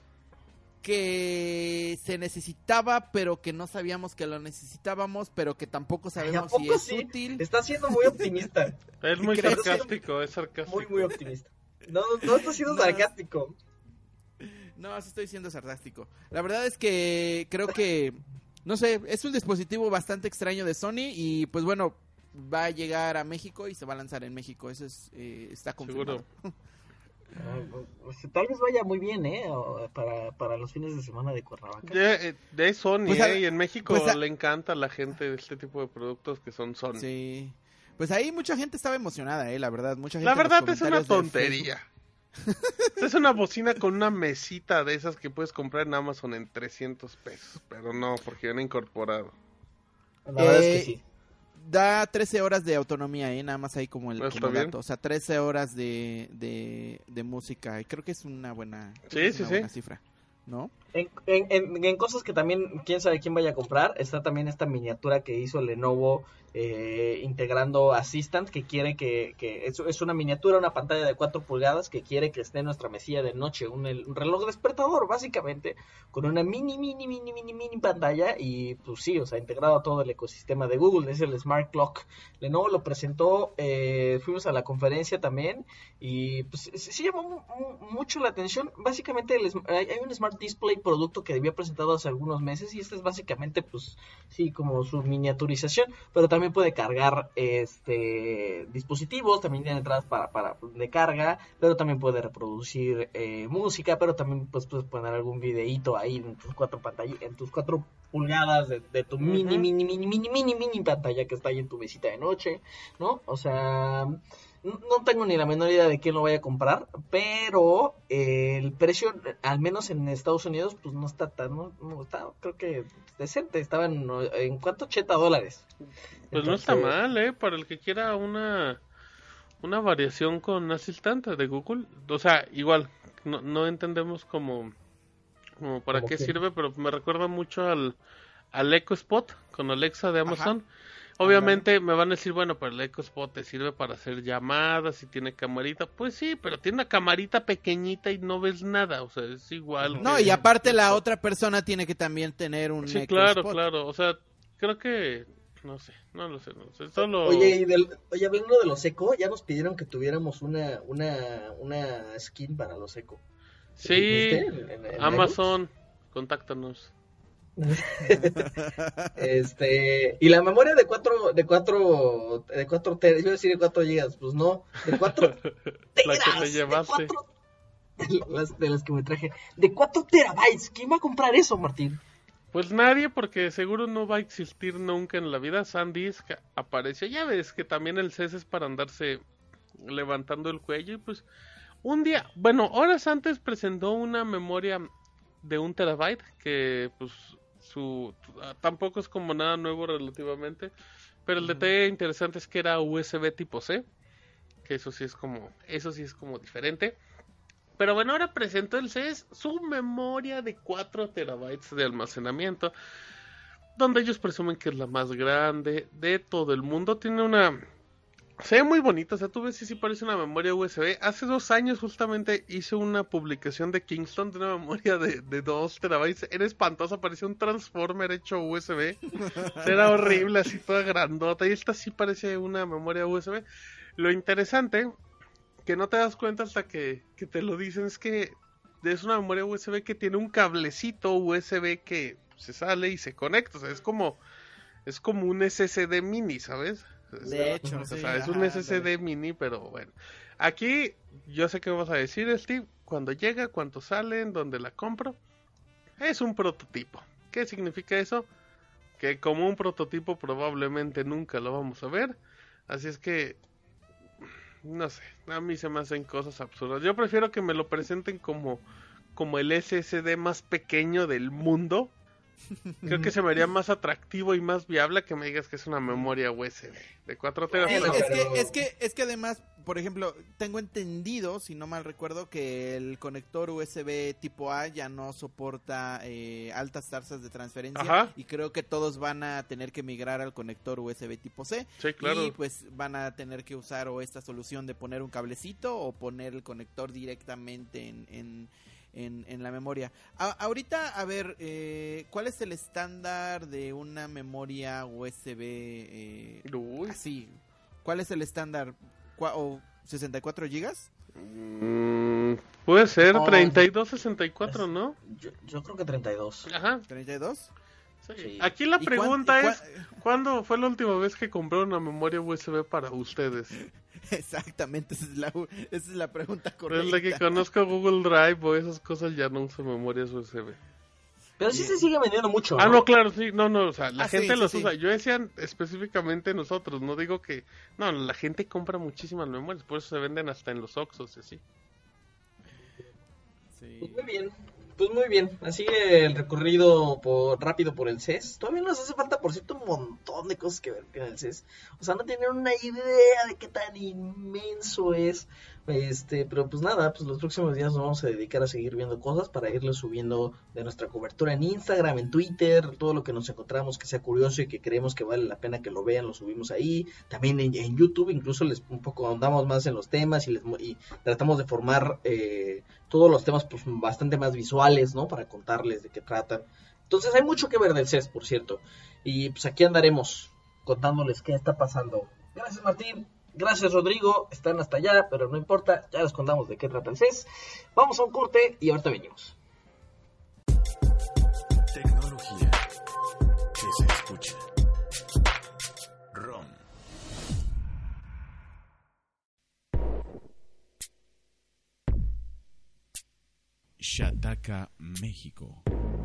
que se necesitaba, pero que no sabíamos que lo necesitábamos, pero que tampoco Ay, ¿a sabemos si poco es sí? útil. Está siendo muy optimista. Es muy ¿Crees? sarcástico, es sarcástico. Muy, muy optimista. No, no está siendo No. sarcástico. No, sí estoy siendo sarcástico. La verdad es que creo que, no sé, es un dispositivo bastante extraño de Sony y pues bueno, va a llegar a México y se va a lanzar en México. Eso es, eh, está confirmado. Seguro. Ah, pues, tal vez vaya muy bien, ¿eh? O- Para, para los fines de semana de Cuernavaca. Ya, eh, de Sony, Pues a- ¿eh? Y en México pues a- le encanta a la gente este tipo de productos que son Sony. Sí. Pues ahí mucha gente estaba emocionada, eh, la verdad. Mucha gente La en los verdad es una comentarios de tontería. Es una bocina con una mesita de esas que puedes comprar en Amazon en trescientos pesos. Pero no, porque viene incorporado. La verdad Eh, es que sí. Da trece horas de autonomía, ¿eh? Nada más ahí como el ¿No está como bien? dato. O sea, trece horas de, de, de música. Y creo que es una buena, creo Sí, que es sí, una sí. buena cifra, ¿no? En, en, en, en cosas que también, quién sabe quién vaya a comprar, está también esta miniatura que hizo Lenovo eh, integrando Assistant, que quiere que, que es, es una miniatura, una pantalla de cuatro pulgadas que quiere que esté en nuestra mesilla de noche, un, un reloj despertador básicamente, con una mini, mini, mini, mini, mini pantalla y pues sí, o sea, integrado a todo el ecosistema de Google, es el Smart Clock. Lenovo lo presentó, eh, fuimos a la conferencia también y pues sí llamó mucho la atención. Básicamente el, hay un Smart Display producto que había presentado hace algunos meses y este es básicamente pues sí como su miniaturización, pero también puede cargar este dispositivos, también tiene entradas para, para de carga, pero también puede reproducir eh, música, pero también pues puedes poner algún videíto ahí en tus cuatro pantallas, en tus cuatro pulgadas de, de tu uh-huh. mini, mini, mini, mini, mini, mini pantalla que está ahí en tu mesita de noche, ¿no? O sea, no tengo ni la menor idea de quién lo vaya a comprar, pero eh, el precio, al menos en Estados Unidos, pues no está tan, no, no está, creo que decente, estaba en, en ¿cuánto? ochenta dólares. Pues entonces, no está mal, ¿eh? Para el que quiera una una variación con Assistant de Google, o sea, igual, no, no entendemos como, como para qué que... sirve, pero me recuerda mucho al, al Echo Spot con Alexa de Amazon. Ajá. Obviamente Ajá. me van a decir, bueno, pero el Echo Spot te sirve para hacer llamadas y tiene camarita. Pues sí, pero tiene una camarita pequeñita y no ves nada, o sea, es igual. No, que... y aparte la otra persona tiene que también tener un sí, Echo claro, Spot. claro, o sea, creo que... No sé, no lo sé, no sé. Solo... Oye, y del, oye, hablando de los Echo, ya nos pidieron que tuviéramos una una una skin para los Echo. Sí, en, en, en Amazon, Legos? Contáctanos. este, y la memoria de cuatro de cuatro de cuatro teras, iba a decir de cuatro gigas, pues no, de cuatro teras. La que te llevaste. De, cuatro, de, las, de las que me traje, de cuatro terabytes. ¿Quién va a comprar eso, Martín? Pues nadie, porque seguro no va a existir nunca en la vida. SanDisk apareció, ya ves que también el C E S es para andarse levantando el cuello. Y pues un día, bueno, horas antes presentó una memoria de un terabyte, que pues su tampoco es como nada nuevo relativamente, pero el uh-huh. detalle interesante es que era U S B tipo C, que eso sí es como, eso sí es como diferente. Pero bueno, ahora presentó el C E S su memoria de cuatro terabytes de almacenamiento, donde ellos presumen que es la más grande de todo el mundo. Tiene una... se ve muy bonita, o sea, tú ves si sí parece una memoria U S B. Hace dos años justamente hice una publicación de Kingston de una memoria de, de dos terabytes. Era espantosa, parecía un Transformer hecho U S B. Era horrible, así toda grandota. Y esta sí parece una memoria U S B. Lo interesante... que no te das cuenta hasta que, que te lo dicen, es que es una memoria U S B que tiene un cablecito U S B que se sale y se conecta, o sea, es como es como un S S D mini, ¿sabes? De hecho, o sea, sí, es ajá, un S S D mini, pero bueno. Aquí, yo sé que vas a decir, Steve, cuando llega, cuánto salen, dónde la compro. Es un prototipo. ¿Qué significa eso? Que como un prototipo probablemente nunca lo vamos a ver, así es que no sé, a mí se me hacen cosas absurdas. Yo prefiero que me lo presenten como, como el S S D más pequeño del mundo. Creo que se me haría más atractivo y más viable que me digas que es una memoria U S B de cuatro teras. Es, es, que, es, que, es que además, por ejemplo, tengo entendido, si no mal recuerdo, que el conector U S B tipo A ya no soporta eh, altas tasas de transferencia. Ajá. Y creo que todos van a tener que migrar al conector U S B tipo C. Sí, claro. Y pues van a tener que usar o esta solución de poner un cablecito o poner el conector directamente en... en En, en la memoria. A, ahorita, a ver, eh, ¿cuál es el estándar de una memoria U S B? Eh, Uy. Así, ¿cuál es el estándar? ¿O sesenta y cuatro gigas? Mm, puede ser oh, treinta y dos, sesenta y cuatro, es, ¿no? Yo, yo creo que treinta y dos. Ajá. ¿treinta y dos? Sí. Sí. Aquí la pregunta cuán, es, cuán... ¿cuándo fue la última vez que compró una memoria U S B para ustedes? Exactamente, esa es la, esa es la pregunta correcta. Desde que conozco Google Drive o esas cosas ya no uso memorias U S B. Pero sí se sigue vendiendo mucho, ¿no? Ah, no, claro, sí, no, no, o sea, la ah, gente sí, los sí, usa. sí. Yo decía específicamente nosotros, no digo que... No, la gente compra muchísimas memorias, por eso se venden hasta en los Oxxos y así. Sí. Pues muy bien, pues muy bien. Así el recorrido por, rápido por el C E S. Todavía nos hace falta, por cierto, un montón de cosas que ver con el C E S. O sea, no tienen una idea de qué tan inmenso es. Este, pero pues nada, pues los próximos días nos vamos a dedicar a seguir viendo cosas para irles subiendo de nuestra cobertura en Instagram, en Twitter, todo lo que nos encontramos que sea curioso y que creemos que vale la pena que lo vean, lo subimos ahí. También en, en YouTube, incluso les un poco ahondamos más en los temas y, les, y tratamos de formar eh, todos los temas pues bastante más visuales, ¿no? Para contarles de qué tratan. Entonces hay mucho que ver del C E S, por cierto. Y pues aquí andaremos contándoles qué está pasando. Gracias, Martín. Gracias, Rodrigo. Están hasta allá, pero no importa. Ya les contamos de qué trata el C E S. Vamos a un corte y ahorita venimos. Tecnología que se escucha. ROM. Shataka, México.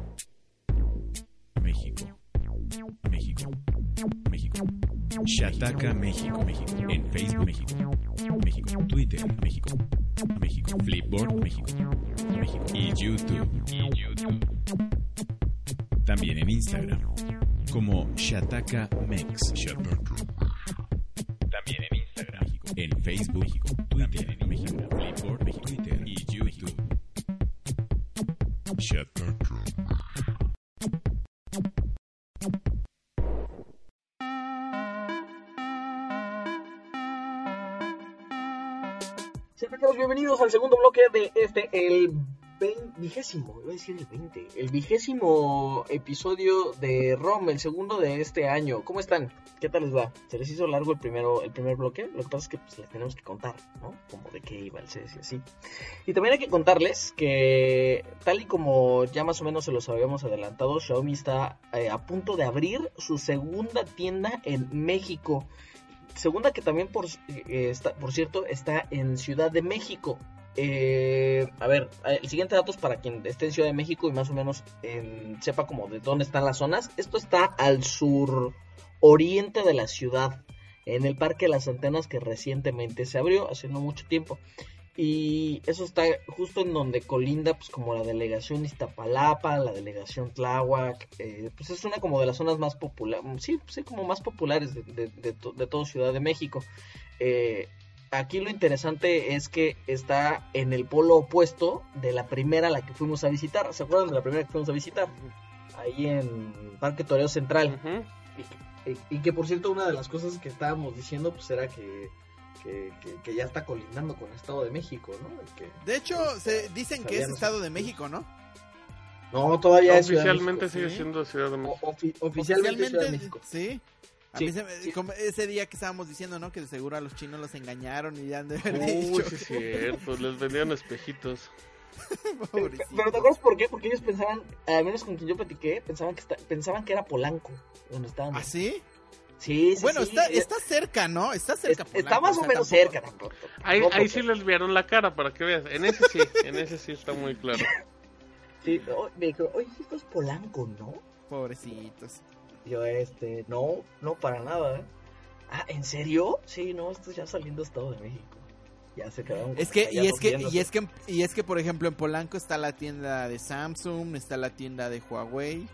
México. México. México. Shataka, México. México. En Facebook, México. México. Twitter, México. México. Flipboard, México. México. Y YouTube. Y YouTube. También en Instagram. Como Shataka Mex. Shataka. También en Instagram. México. En Facebook, México. Twitter, en México. Flipboard, México. Twitter y YouTube. Shataka. Bienvenidos al segundo bloque de este, el vigésimo, iba a decir el veinte, el vigésimo episodio de ROM, el segundo de este año. ¿Cómo están? ¿Qué tal les va? ¿Se les hizo largo el primero, el primer bloque? Lo que pasa es que pues les tenemos que contar, ¿no? Como de qué iba el C E S y así. Y también hay que contarles que, tal y como ya más o menos se los habíamos adelantado, Xiaomi está eh, a punto de abrir su segunda tienda en México. Segunda que también, por, eh, está, por cierto, está en Ciudad de México. Eh, a ver, el siguiente dato es para quien esté en Ciudad de México y más o menos eh, sepa como de dónde están las zonas. Esto está al sur oriente de la ciudad, en el Parque Las Antenas, que recientemente se abrió, hace no mucho tiempo. Y eso está justo en donde colinda pues como la delegación Iztapalapa, la delegación Tláhuac, eh, pues es una como de las zonas más populares, sí, sí, como más populares de, de, de, to, de todo Ciudad de México. Eh, aquí lo interesante es que está en el polo opuesto de la primera a la que fuimos a visitar. ¿Se acuerdan de la primera que fuimos a visitar? Ahí en Parque Toreo Central. Uh-huh. y, y, y que por cierto una de las cosas que estábamos diciendo pues era que Que, que, que ya está colindando con Estado de México, ¿no? Que, de hecho, se dicen que es Estado de México, ¿no? No, todavía es Ciudad de México. Oficialmente sigue ¿Sí? siendo Ciudad de México. Ofi- oficialmente, oficialmente Ciudad de México. Sí. A sí, mí se, sí. como ese día que estábamos diciendo, ¿no? Que de seguro a los chinos los engañaron y ya han de haber Uy, dicho. sí es cierto, les vendían espejitos. pero, pero ¿te acuerdas por qué? Porque ellos pensaban, al menos con quien yo platiqué, pensaban que está, pensaban que era Polanco, donde estaban. ¿Ah, sí? Sí, sí, bueno, sí. está, está cerca, ¿no? Está cerca. Es, Polanco, está más o, o sea, menos tampoco... cerca tampoco. Ahí, tampoco, ahí sí les vieron la cara para que veas. En ese sí, en ese sí está muy claro. Sí, me dijo, oye, esto es Polanco, ¿no? Pobrecitos. Yo, este, no, no para nada, ¿eh? Ah, ¿en serio? Sí, no, esto ya saliendo Estado de México. Ya se quedaron. Es que y es que y es que y es que por ejemplo en Polanco está la tienda de Samsung, está la tienda de Huawei.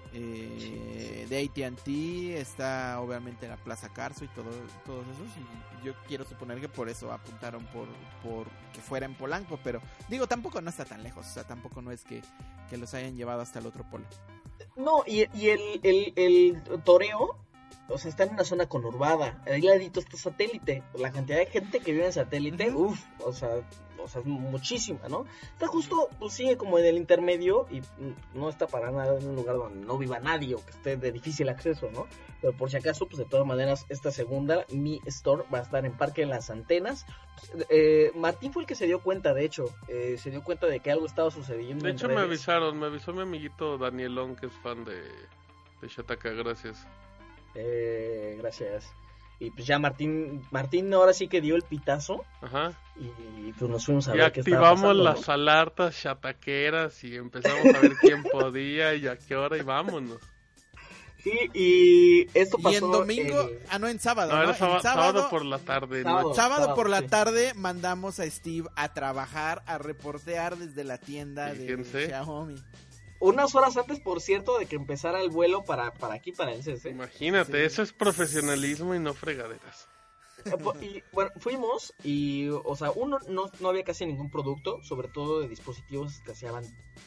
Eh, de A T and T, está obviamente la Plaza Carso y todo, todos esos, y yo quiero suponer que por eso apuntaron por, por que fuera en Polanco, pero digo, tampoco no está tan lejos, o sea, tampoco no es que, que los hayan llevado hasta el otro polo. No, y, y el, el, el toreo, o sea, está en una zona conurbada, ahí ladito está Satélite, la cantidad de gente que vive en Satélite, uh-huh. uff, o sea, o sea, es muchísima, ¿no? Está justo, pues sigue como en el intermedio y no está para nada en un lugar donde no viva nadie o que esté de difícil acceso, ¿no? Pero por si acaso, pues de todas maneras, esta segunda, Mi Store, va a estar en Parque Las Antenas. Eh, Martín fue el que se dio cuenta, de hecho, eh, se dio cuenta de que algo estaba sucediendo. De hecho, me avisaron, me avisó mi amiguito Danielón, que es fan de, de Shataka, gracias. Eh, gracias. Y pues ya Martín, Martín ahora sí que dio el pitazo. Ajá. Y pues nos fuimos a y ver qué estaba pasando. Y activamos las ¿no? alertas chataqueras y empezamos a ver quién podía y a qué hora y vámonos. Sí, y esto pasó. Y en domingo, eh... ah no, en sábado, no, ¿no? Era sábado, en sábado, sábado por la tarde. Sábado, noche. sábado, sábado por la sí. tarde mandamos a Steve a trabajar, a reportear desde la tienda Fíjense. de Xiaomi. Unas horas antes, por cierto, de que empezara el vuelo para, para aquí, para el C C. Imagínate, sí. Eso es profesionalismo y no fregaderas. Y bueno, fuimos y, o sea, uno, no, no había casi ningún producto, sobre todo de dispositivos escaseaban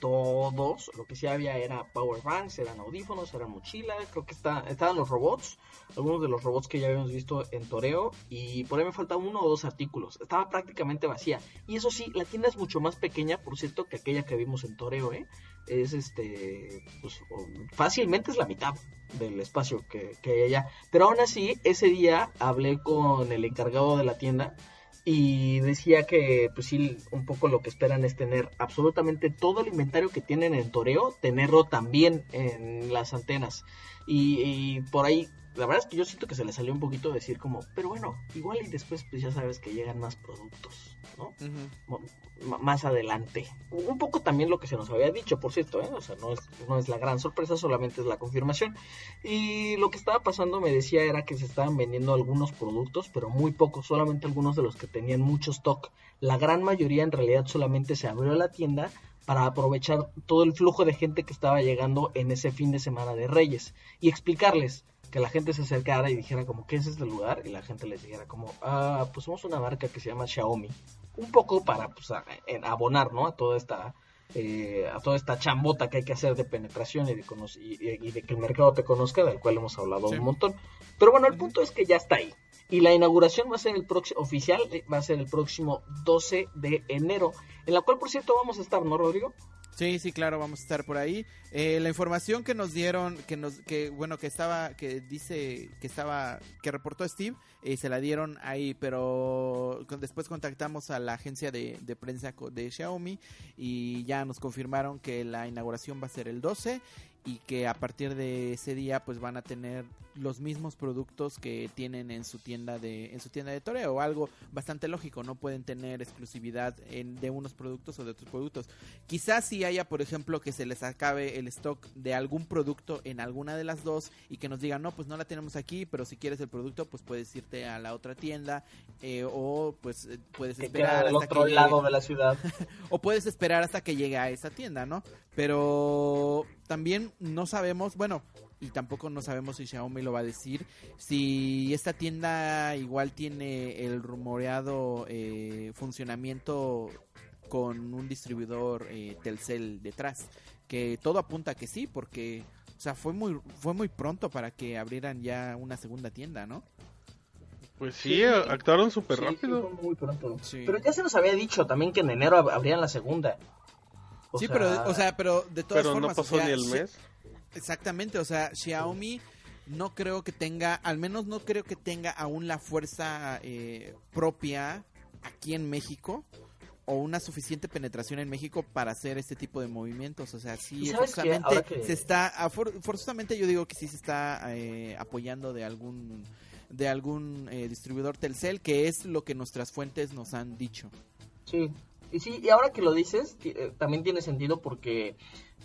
todos. Lo que sí había era power banks, eran audífonos, eran mochilas, creo que está, estaban los robots, algunos de los robots que ya habíamos visto en Toreo, y por ahí me falta uno o dos artículos. Estaba prácticamente vacía. Y eso sí, la tienda es mucho más pequeña, por cierto, que aquella que vimos en Toreo, ¿eh? Es este, pues fácilmente es la mitad del espacio que, que hay allá. Pero aún así, ese día hablé con el encargado de la tienda y decía que pues sí, un poco lo que esperan es tener absolutamente todo el inventario que tienen en Toreo, tenerlo también en las antenas. Y, y por ahí, la verdad es que yo siento que se le salió un poquito decir como, pero bueno, igual y después pues ya sabes que llegan más productos, ¿no? Uh-huh. M- más adelante. Un poco también lo que se nos había dicho, por cierto, ¿eh? O sea, no es, no es la gran sorpresa, solamente es la confirmación. Y lo que estaba pasando, me decía, era que se estaban vendiendo algunos productos, pero muy pocos, solamente algunos de los que tenían mucho stock. La gran mayoría en realidad solamente se abrió la tienda para aprovechar todo el flujo de gente que estaba llegando en ese fin de semana de Reyes y explicarles, que la gente se acercara y dijera como, ¿qué es este lugar? Y la gente les dijera como, ah, pues somos una marca que se llama Xiaomi. Un poco para, pues, a, a abonar, ¿no? A toda esta, eh, a toda esta chambota que hay que hacer de penetración y de, cono- y, y de que el mercado te conozca, del cual hemos hablado sí. un montón. Pero bueno, el punto es que ya está ahí. Y la inauguración va a ser el próximo, oficial, va a ser el próximo doce de enero, en la cual, por cierto, vamos a estar, ¿no, Rodrigo? Sí, sí, claro, vamos a estar por ahí. Eh, la información que nos dieron, que nos, que bueno, que estaba, que dice que estaba, que reportó Steve, eh, se la dieron ahí, pero con, después contactamos a la agencia de, de prensa de Xiaomi y ya nos confirmaron que la inauguración va a ser el doce y que a partir de ese día pues van a tener los mismos productos que tienen en su tienda de en su tienda de Toreo, algo bastante lógico, no pueden tener exclusividad en, de unos productos o de otros productos. Quizás si haya, por ejemplo, que se les acabe el stock de algún producto en alguna de las dos y que nos digan, no, pues no la tenemos aquí, pero si quieres el producto, pues puedes irte a la otra tienda eh, o pues puedes que esperar hasta otro que llegue lado de la ciudad. O puedes esperar hasta que llegue a esa tienda, ¿no? Pero también no sabemos, bueno, y tampoco no sabemos si Xiaomi lo va a decir, si esta tienda igual tiene el rumoreado eh, funcionamiento con un distribuidor eh, Telcel detrás, que todo apunta a que sí, porque o sea, fue muy fue muy pronto para que abrieran ya una segunda tienda, ¿no? Pues sí, sí actuaron súper sí, rápido. Sí, fue muy pronto. Sí. Pero ya se nos había dicho también que en enero ab- abrían la segunda. O sí, sea... pero o sea, pero de todas pero formas, no pasó o sea, ni el mes. Exactamente, o sea, Xiaomi no creo que tenga, al menos no creo que tenga aún la fuerza eh, propia aquí en México o una suficiente penetración en México para hacer este tipo de movimientos. O sea, sí, forzosamente que... se está, for, forzosamente yo digo que sí se está eh, apoyando de algún de algún eh, distribuidor Telcel, que es lo que nuestras fuentes nos han dicho. Sí, y sí, y ahora que lo dices, t- también tiene sentido porque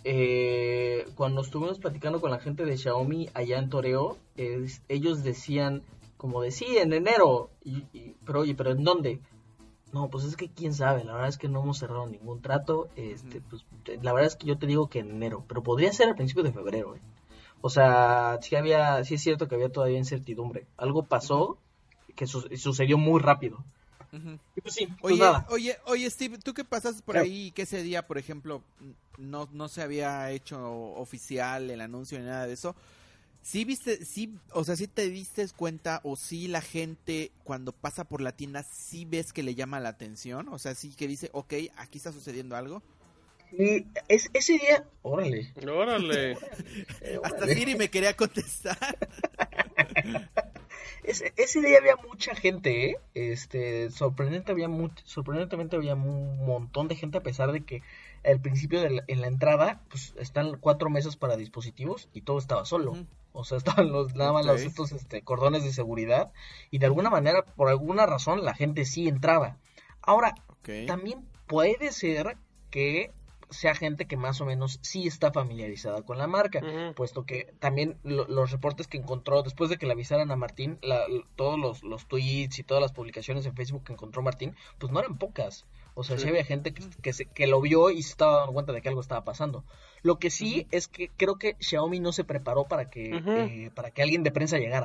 eh, cuando estuvimos platicando con la gente de Xiaomi allá en Toreo, eh, ellos decían como de sí, en enero, y, y, pero oye, ¿pero en dónde? No, pues es que quién sabe, la verdad es que no hemos cerrado ningún trato, este, pues la verdad es que yo te digo que en enero, pero podría ser al principio de febrero, ¿eh? O sea, sí había, sí es cierto que había todavía incertidumbre, algo pasó que su- sucedió muy rápido. Uh-huh. Y pues sí, pues oye, nada. oye, oye, Steve, ¿tú qué pasas por Claro. ahí que ese día, por ejemplo, no, no se había hecho oficial el anuncio ni nada de eso? Sí viste, sí, o sea, sí te diste cuenta o sí la gente cuando pasa por la tienda sí ves que le llama la atención, o sea, sí que dice, ok, aquí está sucediendo algo. Y es, ese día, órale. Órale. Eh, Hasta órale. Siri me quería contestar. Ese, ese día había mucha gente, ¿eh? Este, sorprendente había mu- sorprendentemente había un montón de gente, a pesar de que al principio de la, en la entrada pues están cuatro mesas para dispositivos y todo estaba solo. Uh-huh. O sea, estaban los nada más Ok. los estos este cordones de seguridad y de alguna manera, por alguna razón, la gente sí entraba. Ahora, Okay. también puede ser que sea gente que más o menos sí está familiarizada con la marca, Ujú. puesto que también lo- los reportes que encontró después de que le avisaran a Martín, la, l- todos los, los tweets y todas las publicaciones en Facebook que encontró Martín, pues no eran pocas. O sea, sí, Sí. había gente que, que, se- que lo vio y se estaba dando cuenta de que algo estaba pasando. Lo que sí es que creo que Xiaomi no se preparó para que, Ujú. eh, para que alguien de prensa llegara.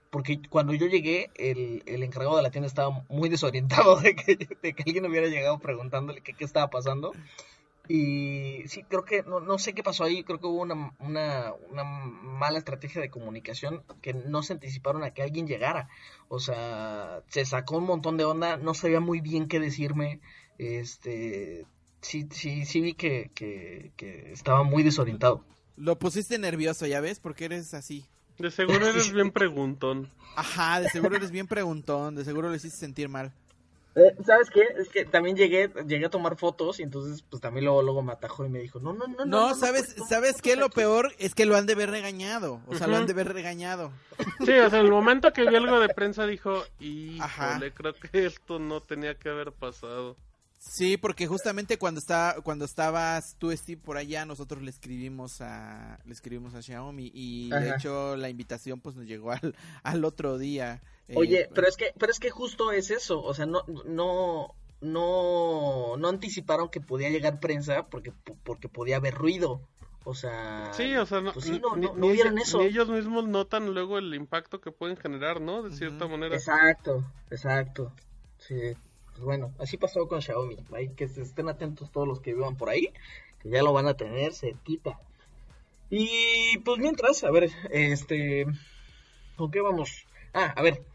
porque cuando yo llegué, el, el encargado de la tienda estaba muy desorientado de que, de que alguien hubiera llegado preguntándole qué, qué estaba pasando. Y sí, creo que, no, no sé qué pasó ahí, creo que hubo una, una, una mala estrategia de comunicación, que no se anticiparon a que alguien llegara. O sea, se sacó un montón de onda, no sabía muy bien qué decirme. Este, sí, sí, sí vi que, que, que estaba muy desorientado. Lo pusiste nervioso, ¿ya ves? Porque eres así. De seguro eres bien preguntón. Ajá, de seguro eres bien preguntón, de seguro le hiciste sentir mal. Eh, ¿Sabes qué? Es que también llegué llegué a tomar fotos y entonces pues también luego, luego me atajó y me dijo, no, no, no, no. No, no ¿sabes, no, no, ¿sabes no, qué? no, Lo aquí. peor es que lo han de ver regañado, o sea, Ujú. lo han de ver regañado. Sí, o sea, en el momento que vio algo de prensa dijo, Ajá. híjole, creo que esto no tenía que haber pasado. Sí, porque justamente cuando está, cuando estabas tú, Steve, por allá, nosotros le escribimos a, le escribimos a Xiaomi y Ajá. de hecho la invitación pues nos llegó al, al otro día. Oye, Eh, pero es que, pero es que justo es eso, o sea, no, no, no, no anticiparon que podía llegar prensa porque, porque podía haber ruido. O sea, Sí, o sea, no, pues sí, no, ni, no, no ni vieron ella- eso. ni ellos mismos notan luego el impacto que pueden generar, ¿no? De cierta Ujú. manera. Exacto, exacto. Sí, pues bueno, así pasó con Xiaomi. Hay que se estén atentos todos los que vivan por ahí, que ya lo van a tener cerquita. Y pues mientras, a ver, este, ¿con qué vamos? Ah, a ver.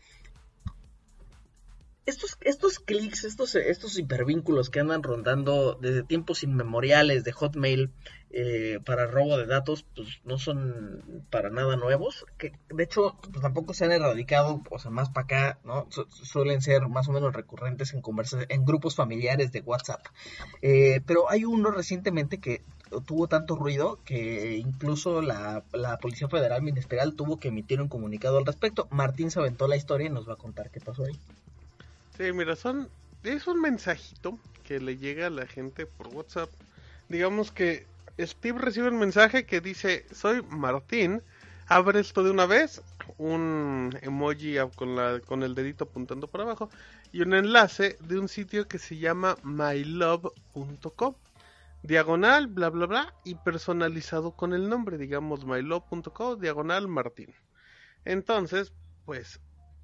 Estos, estos clics, estos, estos hipervínculos que andan rondando desde tiempos inmemoriales de Hotmail eh, para robo de datos, pues no son para nada nuevos. Que de hecho, pues, tampoco se han erradicado, o sea, más para acá, ¿no? Su- suelen ser más o menos recurrentes en conversa en grupos familiares de WhatsApp. Eh, pero hay uno recientemente que tuvo tanto ruido que incluso la, la Policía Federal Ministerial tuvo que emitir un comunicado al respecto. Martín se aventó la historia y nos va a contar qué pasó ahí. Sí, mira, son es un mensajito que le llega a la gente por WhatsApp. Digamos que Steve recibe un mensaje que dice, soy Martín, abre esto de una vez, un emoji con, la, con el dedito apuntando para abajo, y un enlace de un sitio que se llama my love punto com, diagonal, bla bla bla, y personalizado con el nombre, digamos my love punto com, diagonal Martín. Entonces, pues,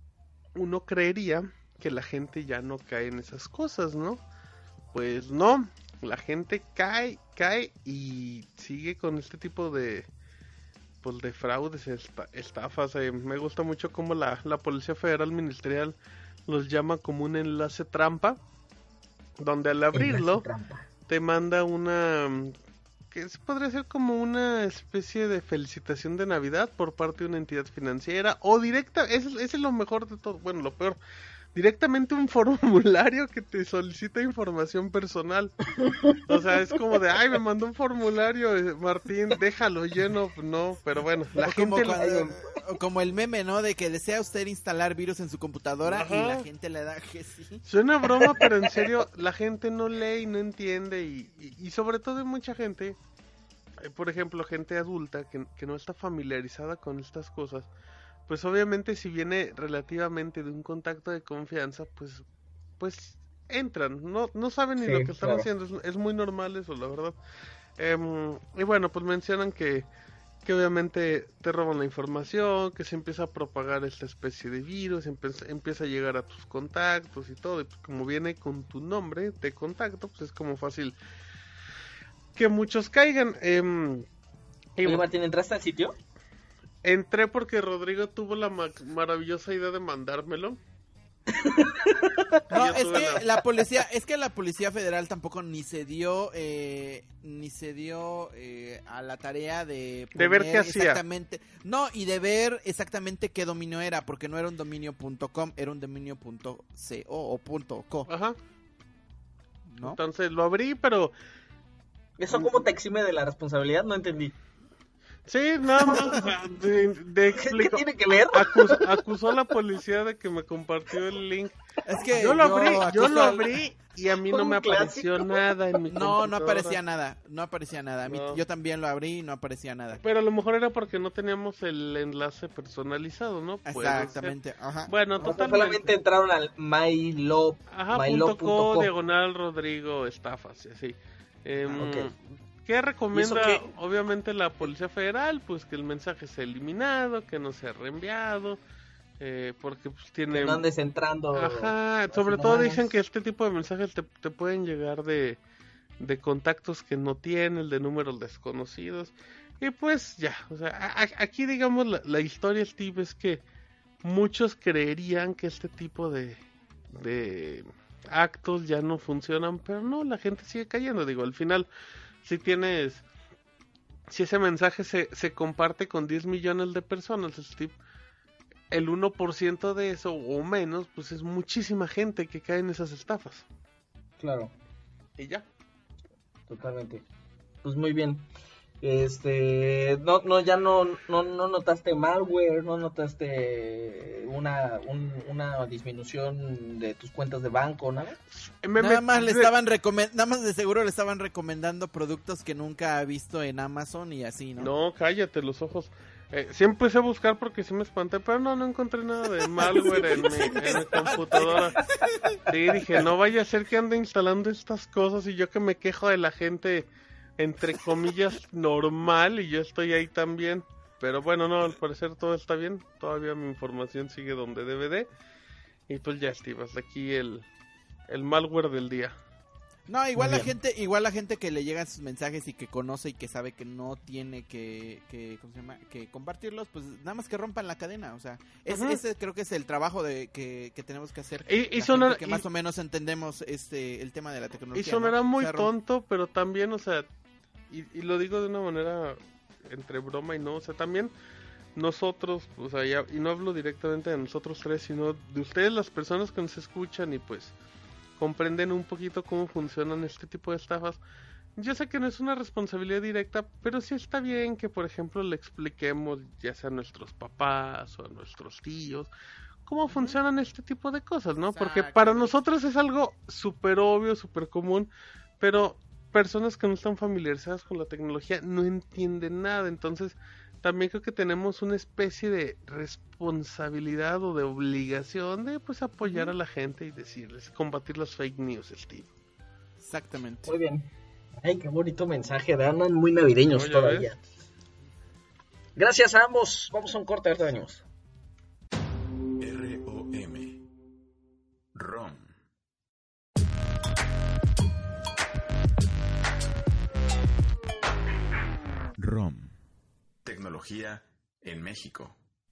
uno creería que la gente ya no cae en esas cosas, ¿no? Pues no, la gente cae, cae y sigue con este tipo de, pues de fraudes, esta, estafas. Eh, me gusta mucho cómo la, la Policía Federal Ministerial los llama como un enlace trampa, donde al abrirlo te manda una, que podría ser como una especie de felicitación de Navidad por parte de una entidad financiera, o directa, ese es, es lo mejor de todo, bueno, lo peor, directamente un formulario que te solicita información personal. O sea, es como de, ay, me mandó un formulario, Martín, déjalo lleno. No, pero bueno, la como, gente... cuando- como el meme, ¿no? De que desea usted instalar virus en su computadora. Ajá. Y la gente le da que sí. Suena broma, pero en serio, la gente no lee y no entiende. Y, y, y sobre todo hay mucha gente, eh, por ejemplo, gente adulta que, que no está familiarizada con estas cosas. Pues obviamente si viene relativamente de un contacto de confianza, pues pues entran, no no saben ni Sí, lo que están claro. haciendo, es, es muy normal eso, la verdad. Em, y bueno, pues mencionan que, que obviamente te roban la información, que se empieza a propagar esta especie de virus, empieza, empieza a llegar a tus contactos y todo, y pues como viene con tu nombre de contacto, pues es como fácil que muchos caigan. Em, y Oye, Martín, ¿entraste al sitio? Entré porque Rodrigo tuvo la ma- maravillosa idea de mandármelo. No, Yo es tuve que la- la policía, es que la policía federal tampoco ni se dio, eh, ni se dio eh, a la tarea de De ver poner qué hacía. exactamente, no, y de ver exactamente qué dominio era, porque no era un dominio punto com, era un dominio punto co o punto co, Ajá. ¿no? Entonces lo abrí, pero ¿Eso cómo te exime de la responsabilidad? No entendí. sí, nada más. O sea, de, de ¿Qué, explico- tiene que ver? Acus- acusó a la policía de que me compartió el link. Es que Yo lo abrí, yo acuso lo al- abrí y a mí no Un me apareció clásico. nada en mi No, no computadora. aparecía nada, no aparecía nada. A mí- No. Yo también lo abrí y no aparecía nada. Pero a lo mejor era porque no teníamos el enlace personalizado, ¿no? Puede ser. Exactamente, ajá. Bueno, O sea, totalmente. solamente entraron al mylove, Ajá, mylove punto punto co, com. diagonal Rodrigo estafas, y así. Em, Ah, ok. ¿Qué recomienda ¿Y eso qué? obviamente la Policía Federal? Pues que el mensaje sea eliminado, que no sea reenviado, Eh, porque pues tiene... Que no andes entrando. Ajá, sobre no todo mames. dicen que este tipo de mensajes te, te pueden llegar de, de contactos que no tienes, de números desconocidos. Y pues ya, o sea, a, a, aquí digamos la, la historia, Steve, es que muchos creerían que este tipo de, de actos ya no funcionan, pero no, la gente sigue cayendo. Digo, al final, si tienes... Si ese mensaje se, se comparte con diez millones de personas, Steve, el uno por ciento de eso o menos, pues es muchísima gente que cae en esas estafas. Claro, Y ya. totalmente. Pues muy bien. Este, no, no, ya no, no, no notaste malware, no notaste una, un, una disminución de tus cuentas de banco, nada. Me- Nada me- más le me- estaban recomen- nada más de seguro le estaban recomendando productos que nunca ha visto en Amazon y así, ¿no? No, cállate los ojos. Eh, sí empecé a buscar porque sí me espanté, pero no, no encontré nada de malware en mi, en mi computadora. Sí, dije, no vaya a ser que ande instalando estas cosas y yo que me quejo de la gente, entre comillas, normal, y yo estoy ahí también. Pero bueno, no, al parecer todo está bien. Todavía mi información sigue donde debe de. Y pues ya, Steve, hasta aquí el, el malware del día. No, igual Muy la bien. gente, igual la gente que le llegan sus mensajes y que conoce y que sabe que no tiene que, que, ¿cómo se llama? Que compartirlos, pues nada más que rompan la cadena, o sea, es, Ujú. ese creo que es el trabajo de que, que tenemos que hacer. Y- y la sonar- gente que y- más o menos entendemos este el tema de la tecnología. Y sonará ¿no? muy O sea, rom- tonto, pero también, o sea, y, y lo digo de una manera entre broma y no, o sea, también nosotros, o sea, ya- y no hablo directamente de nosotros tres, sino de ustedes, las personas que nos escuchan y pues comprenden un poquito cómo funcionan este tipo de estafas. Yo sé que no es una responsabilidad directa, pero sí está bien que, por ejemplo, le expliquemos, ya sea a nuestros papás o a nuestros tíos, cómo funcionan este tipo de cosas, ¿no? Porque para Exactamente. nosotros es algo súper obvio, súper común, pero personas que no están familiarizadas con la tecnología no entienden nada. Entonces, también creo que tenemos una especie de responsabilidad o de obligación de, pues, apoyar Ujú. a la gente y decirles, combatir las fake news, Steve. Exactamente. Muy bien. Ay, qué bonito mensaje, ¿verdad? Andan muy navideños No, ya todavía. ves. Gracias a ambos. Vamos a un corte, ahorita venimos. R O M. ROM. ROM. Tecnología en México.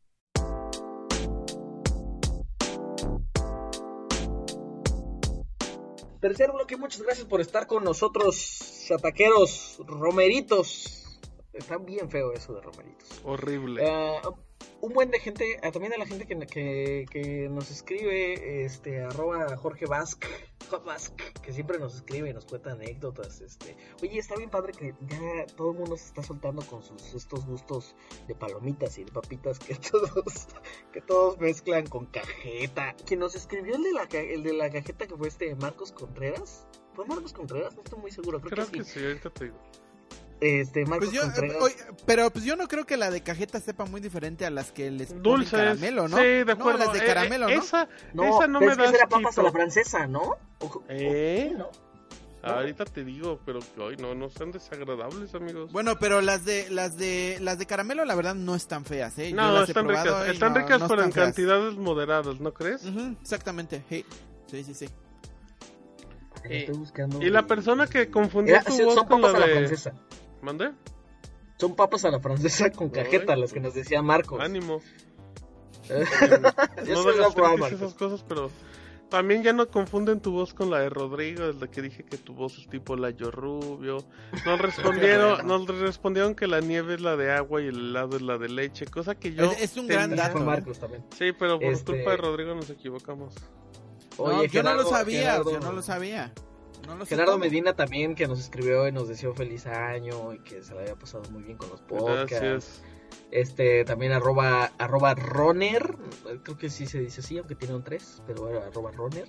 Tercer bloque, muchas gracias por estar con nosotros, chataqueros, romeritos. Está bien feo eso de romeritos. Horrible. Eh, un buen de gente, ah, también a la gente que, que, que nos escribe, este, arroba Jorge Basc, Basc, que siempre nos escribe y nos cuenta anécdotas, este, oye, está bien padre que ya todo el mundo se está soltando con sus estos gustos de palomitas y de papitas que todos, que todos mezclan con cajeta. Quien nos escribió el de la, ca- el de la cajeta que fue este Marcos Contreras, ¿fue Marcos Contreras? No estoy muy seguro, creo, Creo que que sí. sí, ahorita te digo. Este, Marcos Pues yo, Contreras. oye, pero pues yo no creo que la de cajeta sepa muy diferente a las que les ponen Dulces. caramelo, ¿no? Sí, de acuerdo. No, las de Eh, caramelo, eh, ¿no? Esa, No, esa no pero me es que da esa era papas a asquito. la francesa, ¿no? O- o- ¿Eh? sí, ¿no? Ahorita te digo, pero que hoy no, no sean desagradables, amigos. Bueno, pero las de las de las de caramelo la verdad no están feas, ¿eh? Yo no, las he están probado ricas, y están no- ricas, no pero en están feas. cantidades moderadas, ¿no crees? Ujú, exactamente. Sí, sí, sí. sí. Ay, estoy buscando. Y la persona que confundió Era- tu sí, voz son con papas la a la de... francesa. ¿Mandé? Son papas a la francesa con cajeta, Ay, las que pues, nos decía Marcos. Ánimo. Yo No soy de una gastritis prueba, y Marcos. esas cosas, pero también ya no confunden tu voz con la de Rodrigo, desde que dije que tu voz es tipo Layo Rubio. Nos respondieron, nos respondieron que la nieve es la de agua y el helado es la de leche, cosa que yo Es- es un gran tenía. Ese fue dato. Marcos también. Sí, pero por Este- culpa de Rodrigo nos equivocamos. No, Oye, yo no lo Gerardo- sabía, Gerardo- yo no lo sabía. No lo sé Gerardo cómo. Medina también, que nos escribió y nos deseó feliz año y que se le había pasado muy bien con los podcasts. Gracias. Este, también arroba, arroba Roner, creo que sí se dice así, aunque tiene un tres, pero bueno, arroba Roner.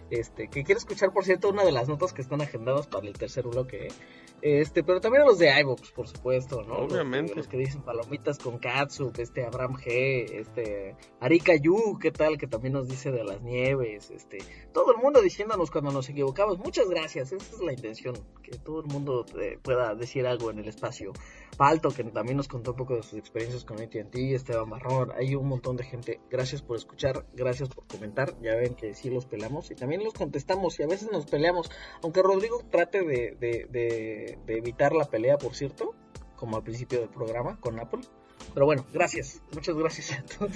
este, que quiero escuchar, por cierto, una de las notas que están agendadas para el tercer bloque, ¿eh? Este, pero también a los de iVoox, por supuesto, ¿no? Obviamente. Los, los que dicen palomitas con catsup, este, Abraham G, este, Arika Yu, ¿qué tal? Que también nos dice de las nieves, este, todo el mundo diciéndonos cuando nos equivocamos. Muchas gracias, esa es la intención, que todo el mundo eh, pueda decir algo en el espacio. Palto, que también nos contó un poco de sus experiencias con A T and T, Esteban Marrón, hay un montón de gente. Gracias por escuchar, gracias por comentar, ya ven que sí los pelamos y también los contestamos y a veces nos peleamos, aunque Rodrigo trate de, de, de, de evitar la pelea, por cierto, como al principio del programa con Apple, pero bueno, gracias, muchas gracias a todos.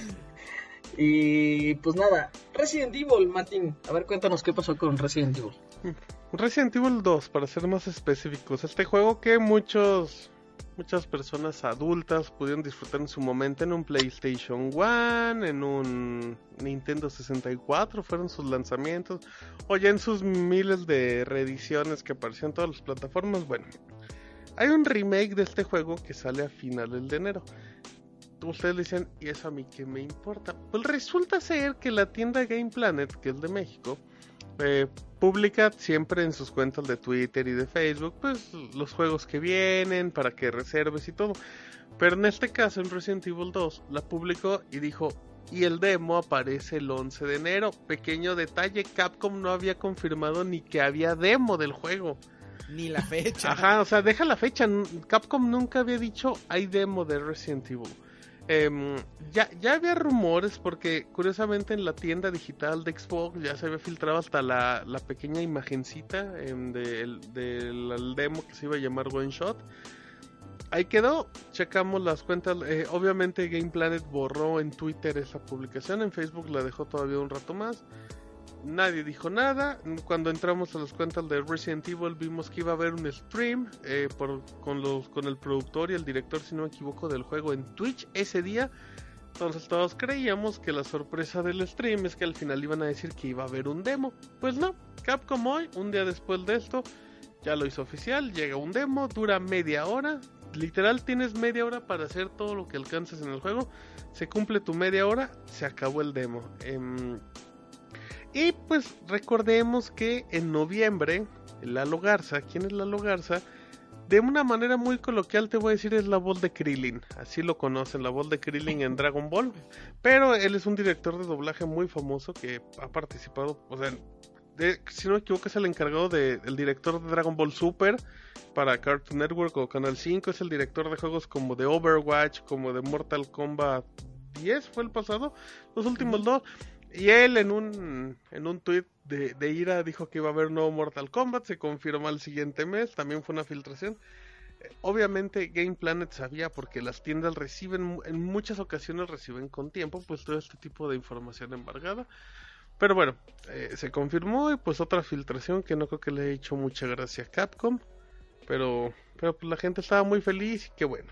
Y pues nada, Resident Evil, Martín, a ver, cuéntanos qué pasó con Resident Evil. Resident Evil dos, para ser más específicos, este juego que muchos... Muchas personas adultas pudieron disfrutar en su momento en un PlayStation uno, en un Nintendo sesenta y cuatro, fueron sus lanzamientos, o ya en sus miles de reediciones que aparecieron en todas las plataformas. Bueno, hay un remake de este juego que sale a finales de enero. Ustedes le dicen, ¿y eso a mí qué me importa? Pues resulta ser que la tienda Game Planet, que es de México, eh, publica siempre en sus cuentas de Twitter y de Facebook pues los juegos que vienen para que reserves y todo, pero en este caso en Resident Evil dos la publicó y dijo, y el demo aparece el once de enero. Pequeño detalle, Capcom no había confirmado ni que había demo del juego, ni la fecha. Ajá, o sea, deja la fecha, Capcom nunca había dicho hay demo de Resident Evil. Um, ya, ya había rumores porque curiosamente en la tienda digital de Xbox ya se había filtrado hasta la, la pequeña imagencita um, del, del demo que se iba a llamar One Shot. Ahí quedó, checamos las cuentas, eh, obviamente Game Planet borró en Twitter esa publicación, en Facebook la dejó todavía un rato más. Nadie dijo nada. Cuando entramos a las cuentas de Resident Evil vimos que iba a haber un stream eh, por, con, los, con el productor y el director, si no me equivoco, del juego en Twitch ese día. Entonces todos creíamos que la sorpresa del stream es que al final iban a decir que iba a haber un demo. Pues no, Capcom hoy, un día después de esto, ya lo hizo oficial. Llega un demo, dura media hora. Literal tienes media hora para hacer todo lo que alcances en el juego. Se cumple tu media hora, se acabó el demo. Eh, Y pues recordemos que en noviembre Lalo Garza, ¿quién es Lalo Garza? De una manera muy coloquial te voy a decir es la voz de Krillin, así lo conocen, la voz de Krillin en Dragon Ball. Pero él es un director de doblaje muy famoso que ha participado, o sea, de, si no me equivoco es el encargado de, el director de Dragon Ball Super para Cartoon Network o Canal cinco, es el director de juegos como de Overwatch, como de Mortal Kombat diez fue el pasado, los últimos dos. Y él en un en un tweet de, de ira dijo que iba a haber un nuevo Mortal Kombat, se confirmó el siguiente mes, también fue una filtración. Eh, obviamente Game Planet sabía porque las tiendas reciben, en muchas ocasiones reciben con tiempo pues todo este tipo de información embargada. Pero bueno, eh, se confirmó y pues otra filtración que no creo que le haya hecho mucha gracia a Capcom. Pero, pero pues la gente estaba muy feliz y qué bueno.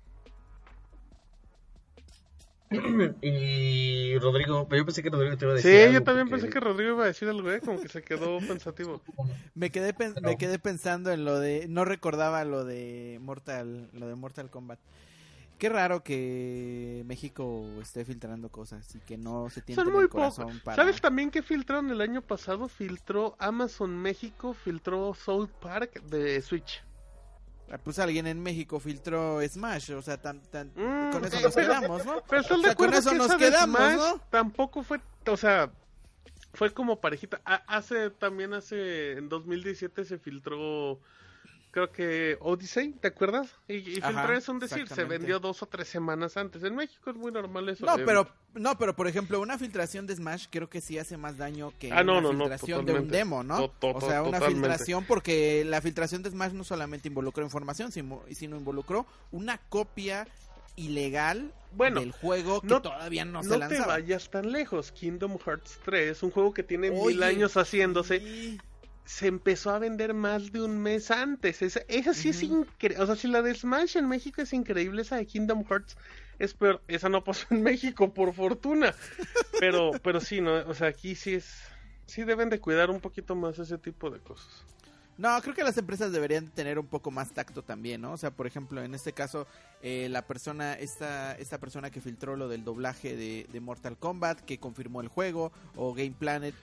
Y Rodrigo, yo pensé que Rodrigo te iba a decir Sí, algo yo también porque... pensé que Rodrigo iba a decir algo, ¿eh? Como que se quedó pensativo. Me quedé pen- Pero... me quedé pensando en lo de, no recordaba lo de Mortal, lo de Mortal Kombat. Qué raro que México esté filtrando cosas y que no se tiente Son muy el corazón pocos. para... ¿Sabes también que filtraron el año pasado? Filtró Amazon México, filtró South Park de Switch. Pues alguien en México filtró Smash, o sea, tan, tan, Mm, con eso sí, nos pero, quedamos, ¿no? Pero están O de sea, con acuerdo eso que nos esa de quedamos, Smash ¿no? tampoco fue, o sea, fue como parejita. A- hace, también hace, en dos mil diecisiete se filtró, creo que Odyssey, ¿te acuerdas? Y, y filtró Ajá, es un decir, se exactamente. vendió dos o tres semanas antes. En México es muy normal eso. No, eh, pero no, pero por ejemplo, una filtración de Smash creo que sí hace más daño que Ah, no, una no, no, filtración de un totalmente. demo, ¿no? To- to- O sea, una totalmente. filtración porque la filtración de Smash no solamente involucró información, sino, sino involucró una copia ilegal Bueno, del juego que no- todavía no, se No te lanzaba. vayas tan lejos. Kingdom Hearts tres, un juego que tiene Oye, mil años haciéndose, sí. se empezó a vender más de un mes antes. Esa, esa sí es Ujú. increíble. O sea, si la de Smash en México es increíble, esa de Kingdom Hearts es peor. Esa no pasó en México, por fortuna. Pero, pero sí, ¿no? O sea, aquí sí es... Sí deben de cuidar un poquito más ese tipo de cosas. No, creo que las empresas deberían tener un poco más tacto también, ¿no? O sea, por ejemplo, en este caso, eh, la persona, esta, esta persona que filtró lo del doblaje de, de Mortal Kombat, que confirmó el juego, o Game Planet,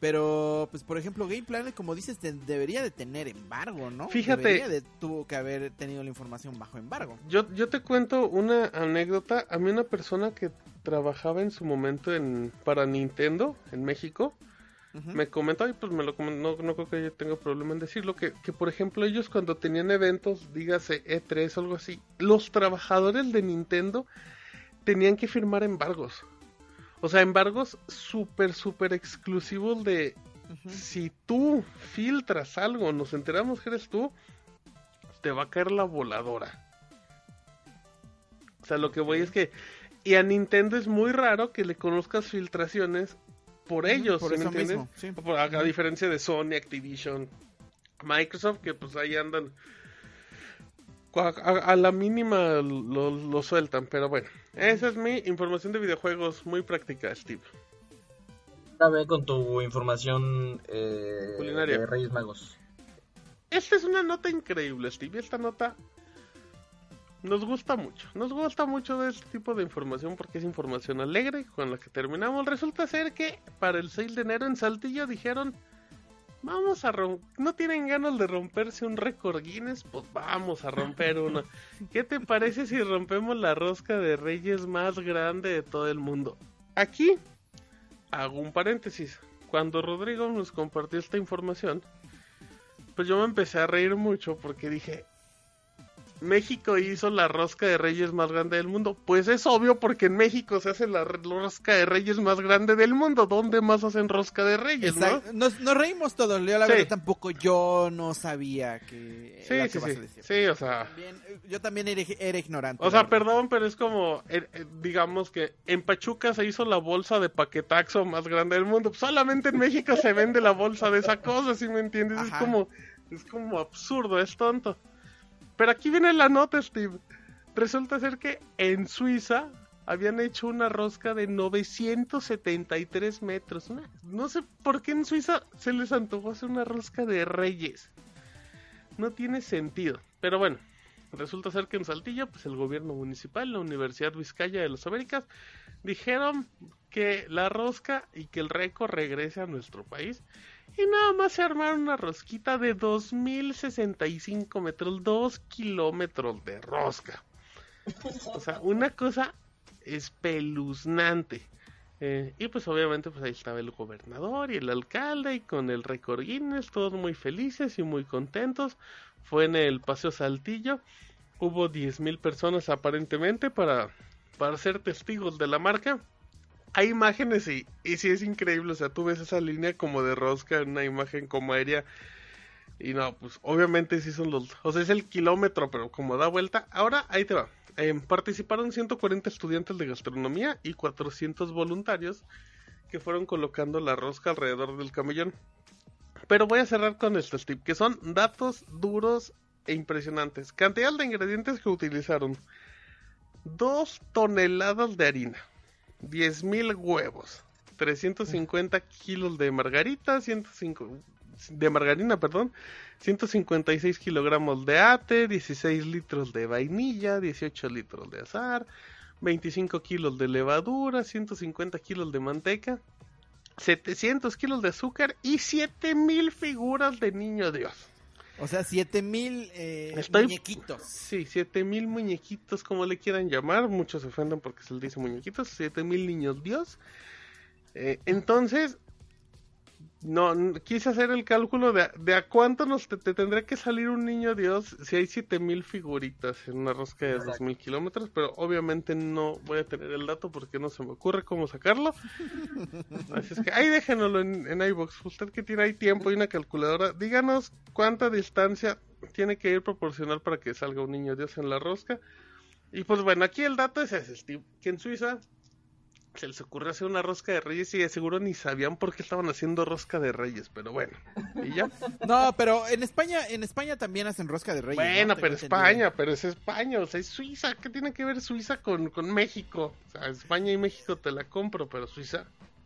Pero, pues, por ejemplo, Game Planet, como dices, te- debería de tener embargo, ¿no? Fíjate. Debería de, tuvo que haber tenido la información bajo embargo. Yo, yo te cuento una anécdota. A mí una persona que trabajaba en su momento en para Nintendo en México Ujú. me comentó, y pues me lo comen- no, no creo que yo tenga problema en decirlo, que, que por ejemplo ellos cuando tenían eventos, dígase E tres o algo así, los trabajadores de Nintendo tenían que firmar embargos. O sea, embargos súper, súper exclusivos de Ujú. si tú filtras algo, nos enteramos que eres tú, te va a caer la voladora. O sea, lo que voy es que... Y a Nintendo es muy raro que le conozcas filtraciones por Ujú, ellos, por ¿sí me eso entiendes? mismo, sí. Por- a, a diferencia de Sony, Activision, Microsoft, que pues ahí andan... A, a- a la mínima lo, lo sueltan, pero bueno. Esa es mi información de videojuegos muy práctica, Steve. A ver con tu información eh, Culinaria. de Reyes Magos. Esta es una nota increíble, Steve. Esta nota nos gusta mucho. Nos gusta mucho de este tipo de información porque es información alegre con la que terminamos. Resulta ser que para el seis de enero en Saltillo dijeron, vamos a romper, ¿no tienen ganas de romperse un récord Guinness? Pues vamos a romper uno. ¿Qué te parece si rompemos la rosca de Reyes más grande de todo el mundo? Aquí hago un paréntesis. Cuando Rodrigo nos compartió esta información, pues yo me empecé a reír mucho porque dije, México hizo la rosca de Reyes más grande del mundo. Pues es obvio porque en México se hace la rosca de Reyes más grande del mundo. ¿Dónde más hacen rosca de Reyes, Exacto. no? Nos, nos reímos todos, Leo, la Sí. verdad tampoco yo no sabía que Sí, era sí, que vas sí. a decir. Sí, o sea... También, eh, yo también era, era ignorante. O la sea, verdad. perdón, pero es como, eh, eh, digamos que en Pachuca se hizo la bolsa de paquetaxo más grande del mundo. Solamente en México se vende la bolsa de esa cosa, ¿sí me entiendes? Es Ajá. como, es como absurdo, es tonto. Pero aquí viene la nota, Steve. Resulta ser que en Suiza habían hecho una rosca de novecientos setenta y tres metros. Una- no sé por qué en Suiza se les antojó hacer una rosca de Reyes. No tiene sentido. Pero bueno, resulta ser que en Saltillo, pues el gobierno municipal, la Universidad Vizcaya de las Américas, dijeron que la rosca y que el récord regrese a nuestro país. Y nada más se armaron una rosquita de dos mil sesenta y cinco metros, dos kilómetros de rosca. O sea, una cosa espeluznante. Eh, y pues obviamente pues ahí estaba el gobernador y el alcalde y con el récord Guinness, todos muy felices y muy contentos. Fue en el Paseo Saltillo. Hubo diez mil personas aparentemente para, para ser testigos de la marca. Hay imágenes y, y sí es increíble, o sea, tú ves esa línea como de rosca en una imagen como aérea y no, pues obviamente sí son los, o sea, es el kilómetro, pero como da vuelta. Ahora, ahí te va. Eh, participaron ciento cuarenta estudiantes de gastronomía y cuatrocientos voluntarios que fueron colocando la rosca alrededor del camellón. Pero voy a cerrar con estos tips, que son datos duros e impresionantes. Cantidad de ingredientes que utilizaron: dos toneladas de harina, diez mil huevos, trescientos cincuenta kilos de margarita, ciento cinco de margarina, perdón, ciento cincuenta y seis kilogramos de ate, dieciséis litros de vainilla, dieciocho litros de azahar, veinticinco kilos de levadura, ciento cincuenta kilos de manteca, setecientos kilos de azúcar y siete mil figuras de niño Dios. O sea, siete mil eh, Estoy- muñequitos. Sí, siete mil muñequitos, como le quieran llamar. Muchos se ofenden porque se les dice muñequitos. Siete mil niños Dios. Eh, entonces, no, n- quise hacer el cálculo de, a- de a cuánto nos te, te tendría que salir un niño Dios si hay siete mil figuritas en una rosca de Exacto. dos mil kilómetros. Pero obviamente no voy a tener el dato porque no se me ocurre cómo sacarlo. Así es que ahí déjenoslo en, en iVoox. Usted que tiene ahí tiempo y una calculadora, díganos cuánta distancia tiene que ir proporcional para que salga un niño Dios en la rosca. Y pues bueno, aquí el dato es ese, Steve, que en Suiza se les ocurrió hacer una rosca de reyes y de seguro ni sabían por qué estaban haciendo rosca de reyes, pero bueno, y ya. No, pero en España, en España también hacen rosca de reyes. Bueno, ¿no? Tengo pero entendido. España, pero es España, o sea, es Suiza. ¿Qué tiene que ver Suiza con, con México? O sea, España y México te la compro, pero Suiza...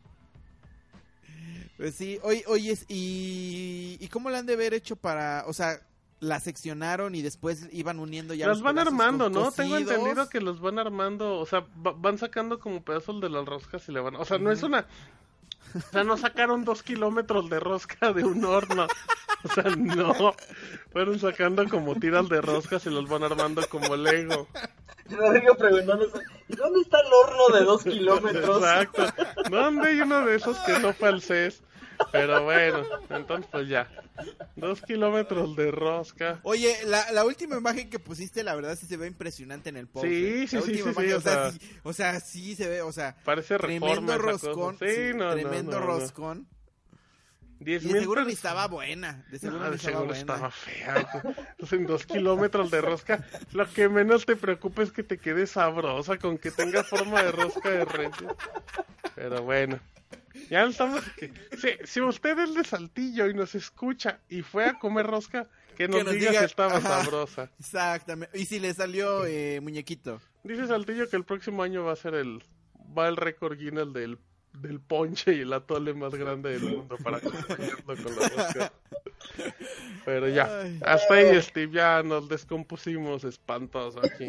Pues sí, oye, oye, y, y cómo la han de haber hecho para, o sea, la seccionaron y después iban uniendo ya Las los van pedazos armando, co- ¿no? Tengo cocidos. entendido que los van armando, o sea, va- van sacando como pedazos de las roscas y le van... O sea, no es Ujú. una... O sea, no sacaron dos kilómetros de rosca de un horno. O sea, no. Fueron sacando como tiras de rosca y los van armando como Lego. Rodrigo preguntando, ¿y dónde está el horno de dos kilómetros? Exacto. ¿Dónde hay uno de esos que no fue al C E S? Pero bueno, entonces pues ya. Dos kilómetros de rosca. Oye, la, la última imagen que pusiste, la verdad sí se ve impresionante en el post. Sí, sí, la sí, última sí, imagen, sí, o, o sea, sea, sí, o sea, sí se ve, o sea, parece Reforma tremendo esa roscón. cosa. Sí, sí, no, tremendo no, no, roscón. diez Y de mil seguro ni personas. estaba buena. De seguro No, ni de estaba seguro buena. estaba fea. Entonces, en dos kilómetros de rosca, lo que menos te preocupa es que te quede sabrosa, con que tenga forma de rosca de reyes. Pero bueno, ya estamos. Que... Si, si usted es de Saltillo y nos escucha y fue a comer rosca, que nos, Que nos diga, diga, si estaba ajá. sabrosa. Exactamente. Y si le salió eh, muñequito. Dice Saltillo que el próximo año va a ser el. Va el récord Guinness del. Del ponche y el atole más grande del mundo para compartirlo con la rosca. Pero ya, Ay. hasta ahí, Steve, ya nos descompusimos espantoso aquí.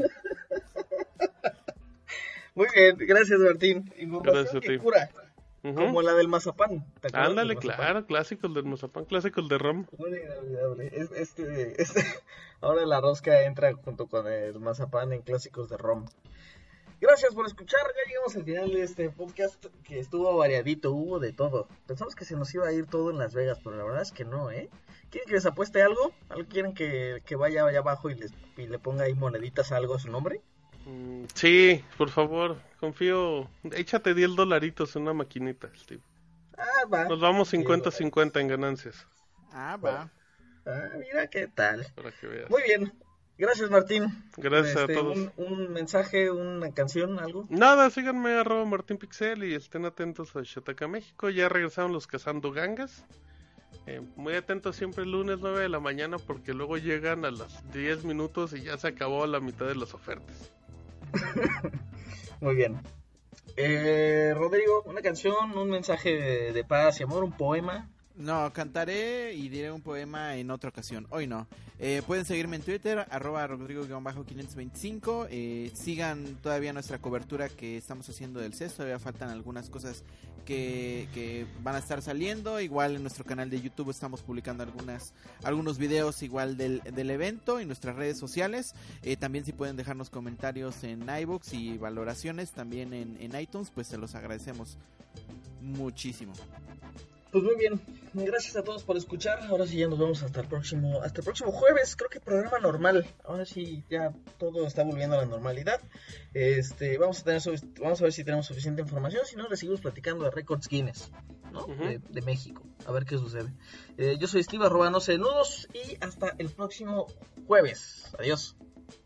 Muy bien, gracias Martín. Información Gracias a que ti. cura, Ujú. como la del mazapán. ¿Te acuerdas Ándale, del mazapán? claro, clásicos del mazapán, clásicos de rom. Muy inolvidable. Es- Este, este, ahora la rosca entra junto con el mazapán en clásicos de rom. Gracias por escuchar, ya llegamos al final de este podcast que estuvo variadito, hubo de todo. Pensamos que se nos iba a ir todo en Las Vegas, pero la verdad es que no, ¿eh? ¿Quieren que les apueste algo? ¿Algo quieren que, que vaya allá abajo y, les, y le ponga ahí moneditas a algo a su nombre? Mm, Sí, por favor, confío. Échate diez dolaritos en una maquinita, Steve. Ah, va. Nos vamos cincuenta cincuenta en ganancias, Ah, va. Ah, mira qué tal. para que veas. Muy bien. Gracias, Martín. Gracias Este, a todos. Un, un mensaje, una canción, algo. Nada, síganme arroba Martín Pixel y estén atentos a Shataka México. Ya regresaron los Cazando Gangas. Eh, muy atentos siempre el lunes nueve de la mañana porque luego llegan a las diez minutos y ya se acabó la mitad de las ofertas. Muy bien. Eh, Rodrigo, una canción, un mensaje de, de paz y amor, un poema. No, cantaré y diré un poema en otra ocasión. Hoy no. Eh, pueden seguirme en Twitter, arroba Rodrigo quinientos veinticinco. Eh, sigan todavía nuestra cobertura que estamos haciendo del C E S. Todavía faltan algunas cosas que, que van a estar saliendo. Igual en nuestro canal de YouTube estamos publicando algunas algunos videos igual del, del evento y nuestras redes sociales. Eh, también si pueden dejarnos comentarios en iVoox y valoraciones también en, en iTunes, pues se los agradecemos muchísimo. Pues muy bien, gracias a todos por escuchar. Ahora sí ya nos vemos hasta el próximo, hasta el próximo jueves. Creo que programa normal. Ahora sí ya todo está volviendo a la normalidad. Este, vamos a tener, vamos a ver si tenemos suficiente información. Si no, le seguimos platicando de récords Guinness, ¿no? Ujú. de, de México. A ver qué sucede. Eh, yo soy Steve, arroba no sé nudos, y hasta el próximo jueves. Adiós.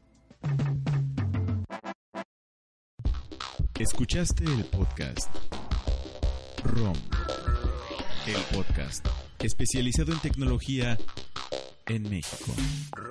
Escuchaste el podcast ROM, el podcast especializado en tecnología en México.